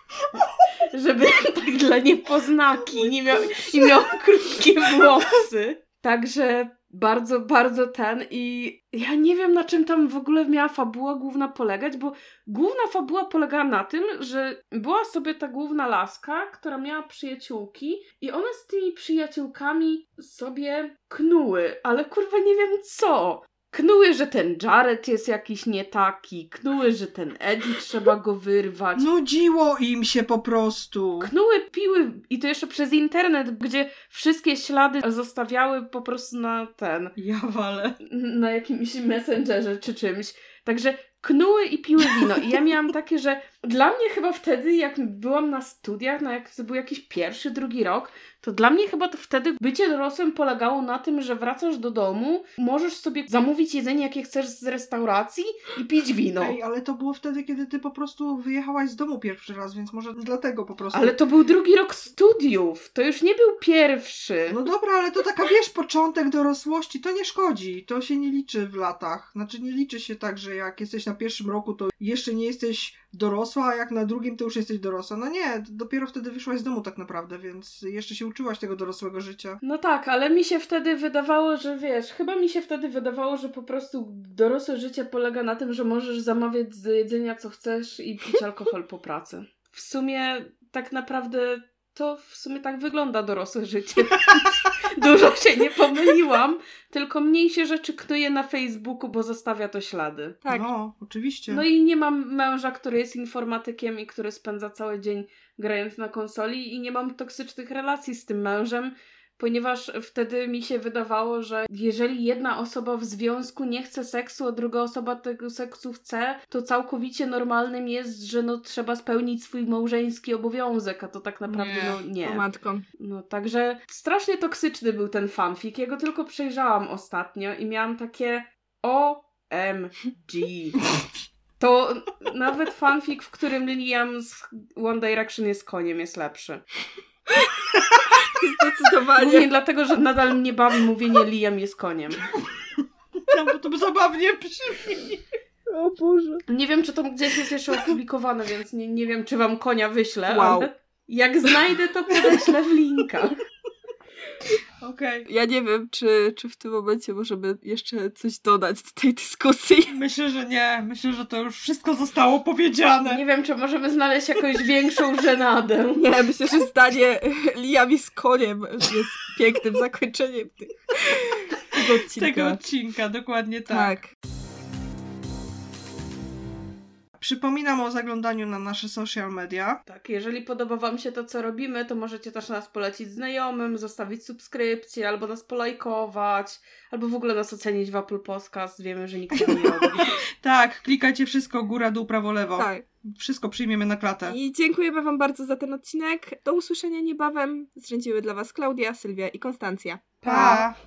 Żeby tak dla niepoznaki nie miał, i miał krótkie włosy. Także bardzo, bardzo ten i ja nie wiem, na czym tam w ogóle miała fabuła główna polegać, bo główna fabuła polegała na tym, że była sobie ta główna laska, która miała przyjaciółki i one z tymi przyjaciółkami sobie knuły, ale kurwa nie wiem co. Knuły, że ten Jared jest jakiś nie taki. Knuły, że ten Eddie trzeba go wyrwać. Nudziło im się po prostu. Knuły, piły i to jeszcze przez internet, gdzie wszystkie ślady zostawiały po prostu na ten, Ja walę. na jakimś messengerze czy czymś. Także knuły i piły wino. I ja miałam takie, że dla mnie chyba wtedy, jak byłam na studiach, na jak to był jakiś pierwszy, drugi rok, to dla mnie chyba to wtedy bycie dorosłym polegało na tym, że wracasz do domu, możesz sobie zamówić jedzenie, jakie chcesz z restauracji i pić wino. Ej, ale to było wtedy, kiedy ty po prostu wyjechałaś z domu pierwszy raz, więc może dlatego po prostu. Ale to był drugi rok studiów. To już nie był pierwszy. No dobra, ale to taka, wiesz, początek dorosłości, to nie szkodzi. To się nie liczy w latach. Znaczy nie liczy się tak, że jak jesteś na pierwszym roku, to jeszcze nie jesteś dorosła, a jak na drugim, to już jesteś dorosła. No nie, dopiero wtedy wyszłaś z domu tak naprawdę, więc jeszcze się uczyłaś tego dorosłego życia. No tak, ale mi się wtedy wydawało, że wiesz, chyba mi się wtedy wydawało, że po prostu dorosłe życie polega na tym, że możesz zamawiać z jedzenia co chcesz i pić alkohol po pracy. W sumie tak naprawdę to w sumie tak wygląda dorosłe życie. Dużo się nie pomyliłam, tylko mniej się rzeczy knuje na Facebooku, bo zostawia to ślady. Tak. No, oczywiście. No i nie mam męża, który jest informatykiem i który spędza cały dzień grając na konsoli i nie mam toksycznych relacji z tym mężem, ponieważ wtedy mi się wydawało, że jeżeli jedna osoba w związku nie chce seksu, a druga osoba tego seksu chce, to całkowicie normalnym jest, że no trzeba spełnić swój małżeński obowiązek, a to tak naprawdę Nie. no nie. O matko. No także strasznie toksyczny był ten fanfic. Ja go tylko przejrzałam ostatnio i miałam takie O M G. To nawet fanfic, w którym Liam z One Direction jest koniem, jest lepszy. Zdecydowanie. Głównie dlatego, że nadal mnie bawi mówienie Liam jest koniem. No, bo to zabawnie brzmi. O Boże. Nie wiem, czy to gdzieś jest jeszcze opublikowane, więc nie, nie wiem, czy wam konia wyślę, Wow. ale jak znajdę, to podeślę w linkach. Okej. Ja nie wiem, czy, czy w tym momencie możemy jeszcze coś dodać do tej dyskusji. Myślę, że nie. Myślę, że to już wszystko zostało powiedziane. Nie wiem, czy możemy znaleźć jakąś większą żenadę. Nie, myślę, że zdanie Liam z koniem jest pięknym zakończeniem tych, tego odcinka. Tego odcinka, dokładnie tak. Tak. Przypominam o zaglądaniu na nasze social media. Tak, jeżeli podoba wam się to, co robimy, to możecie też nas polecić znajomym, zostawić subskrypcję, albo nas polajkować, albo w ogóle nas ocenić w Apple Podcast. Wiemy, że nikt tego nie robi. Tak, klikajcie wszystko góra, dół, prawo, lewo. Tak. Wszystko przyjmiemy na klatę. I dziękujemy wam bardzo za ten odcinek. Do usłyszenia niebawem. Zrzędziły dla was Klaudia, Sylwia i Konstancja. Pa!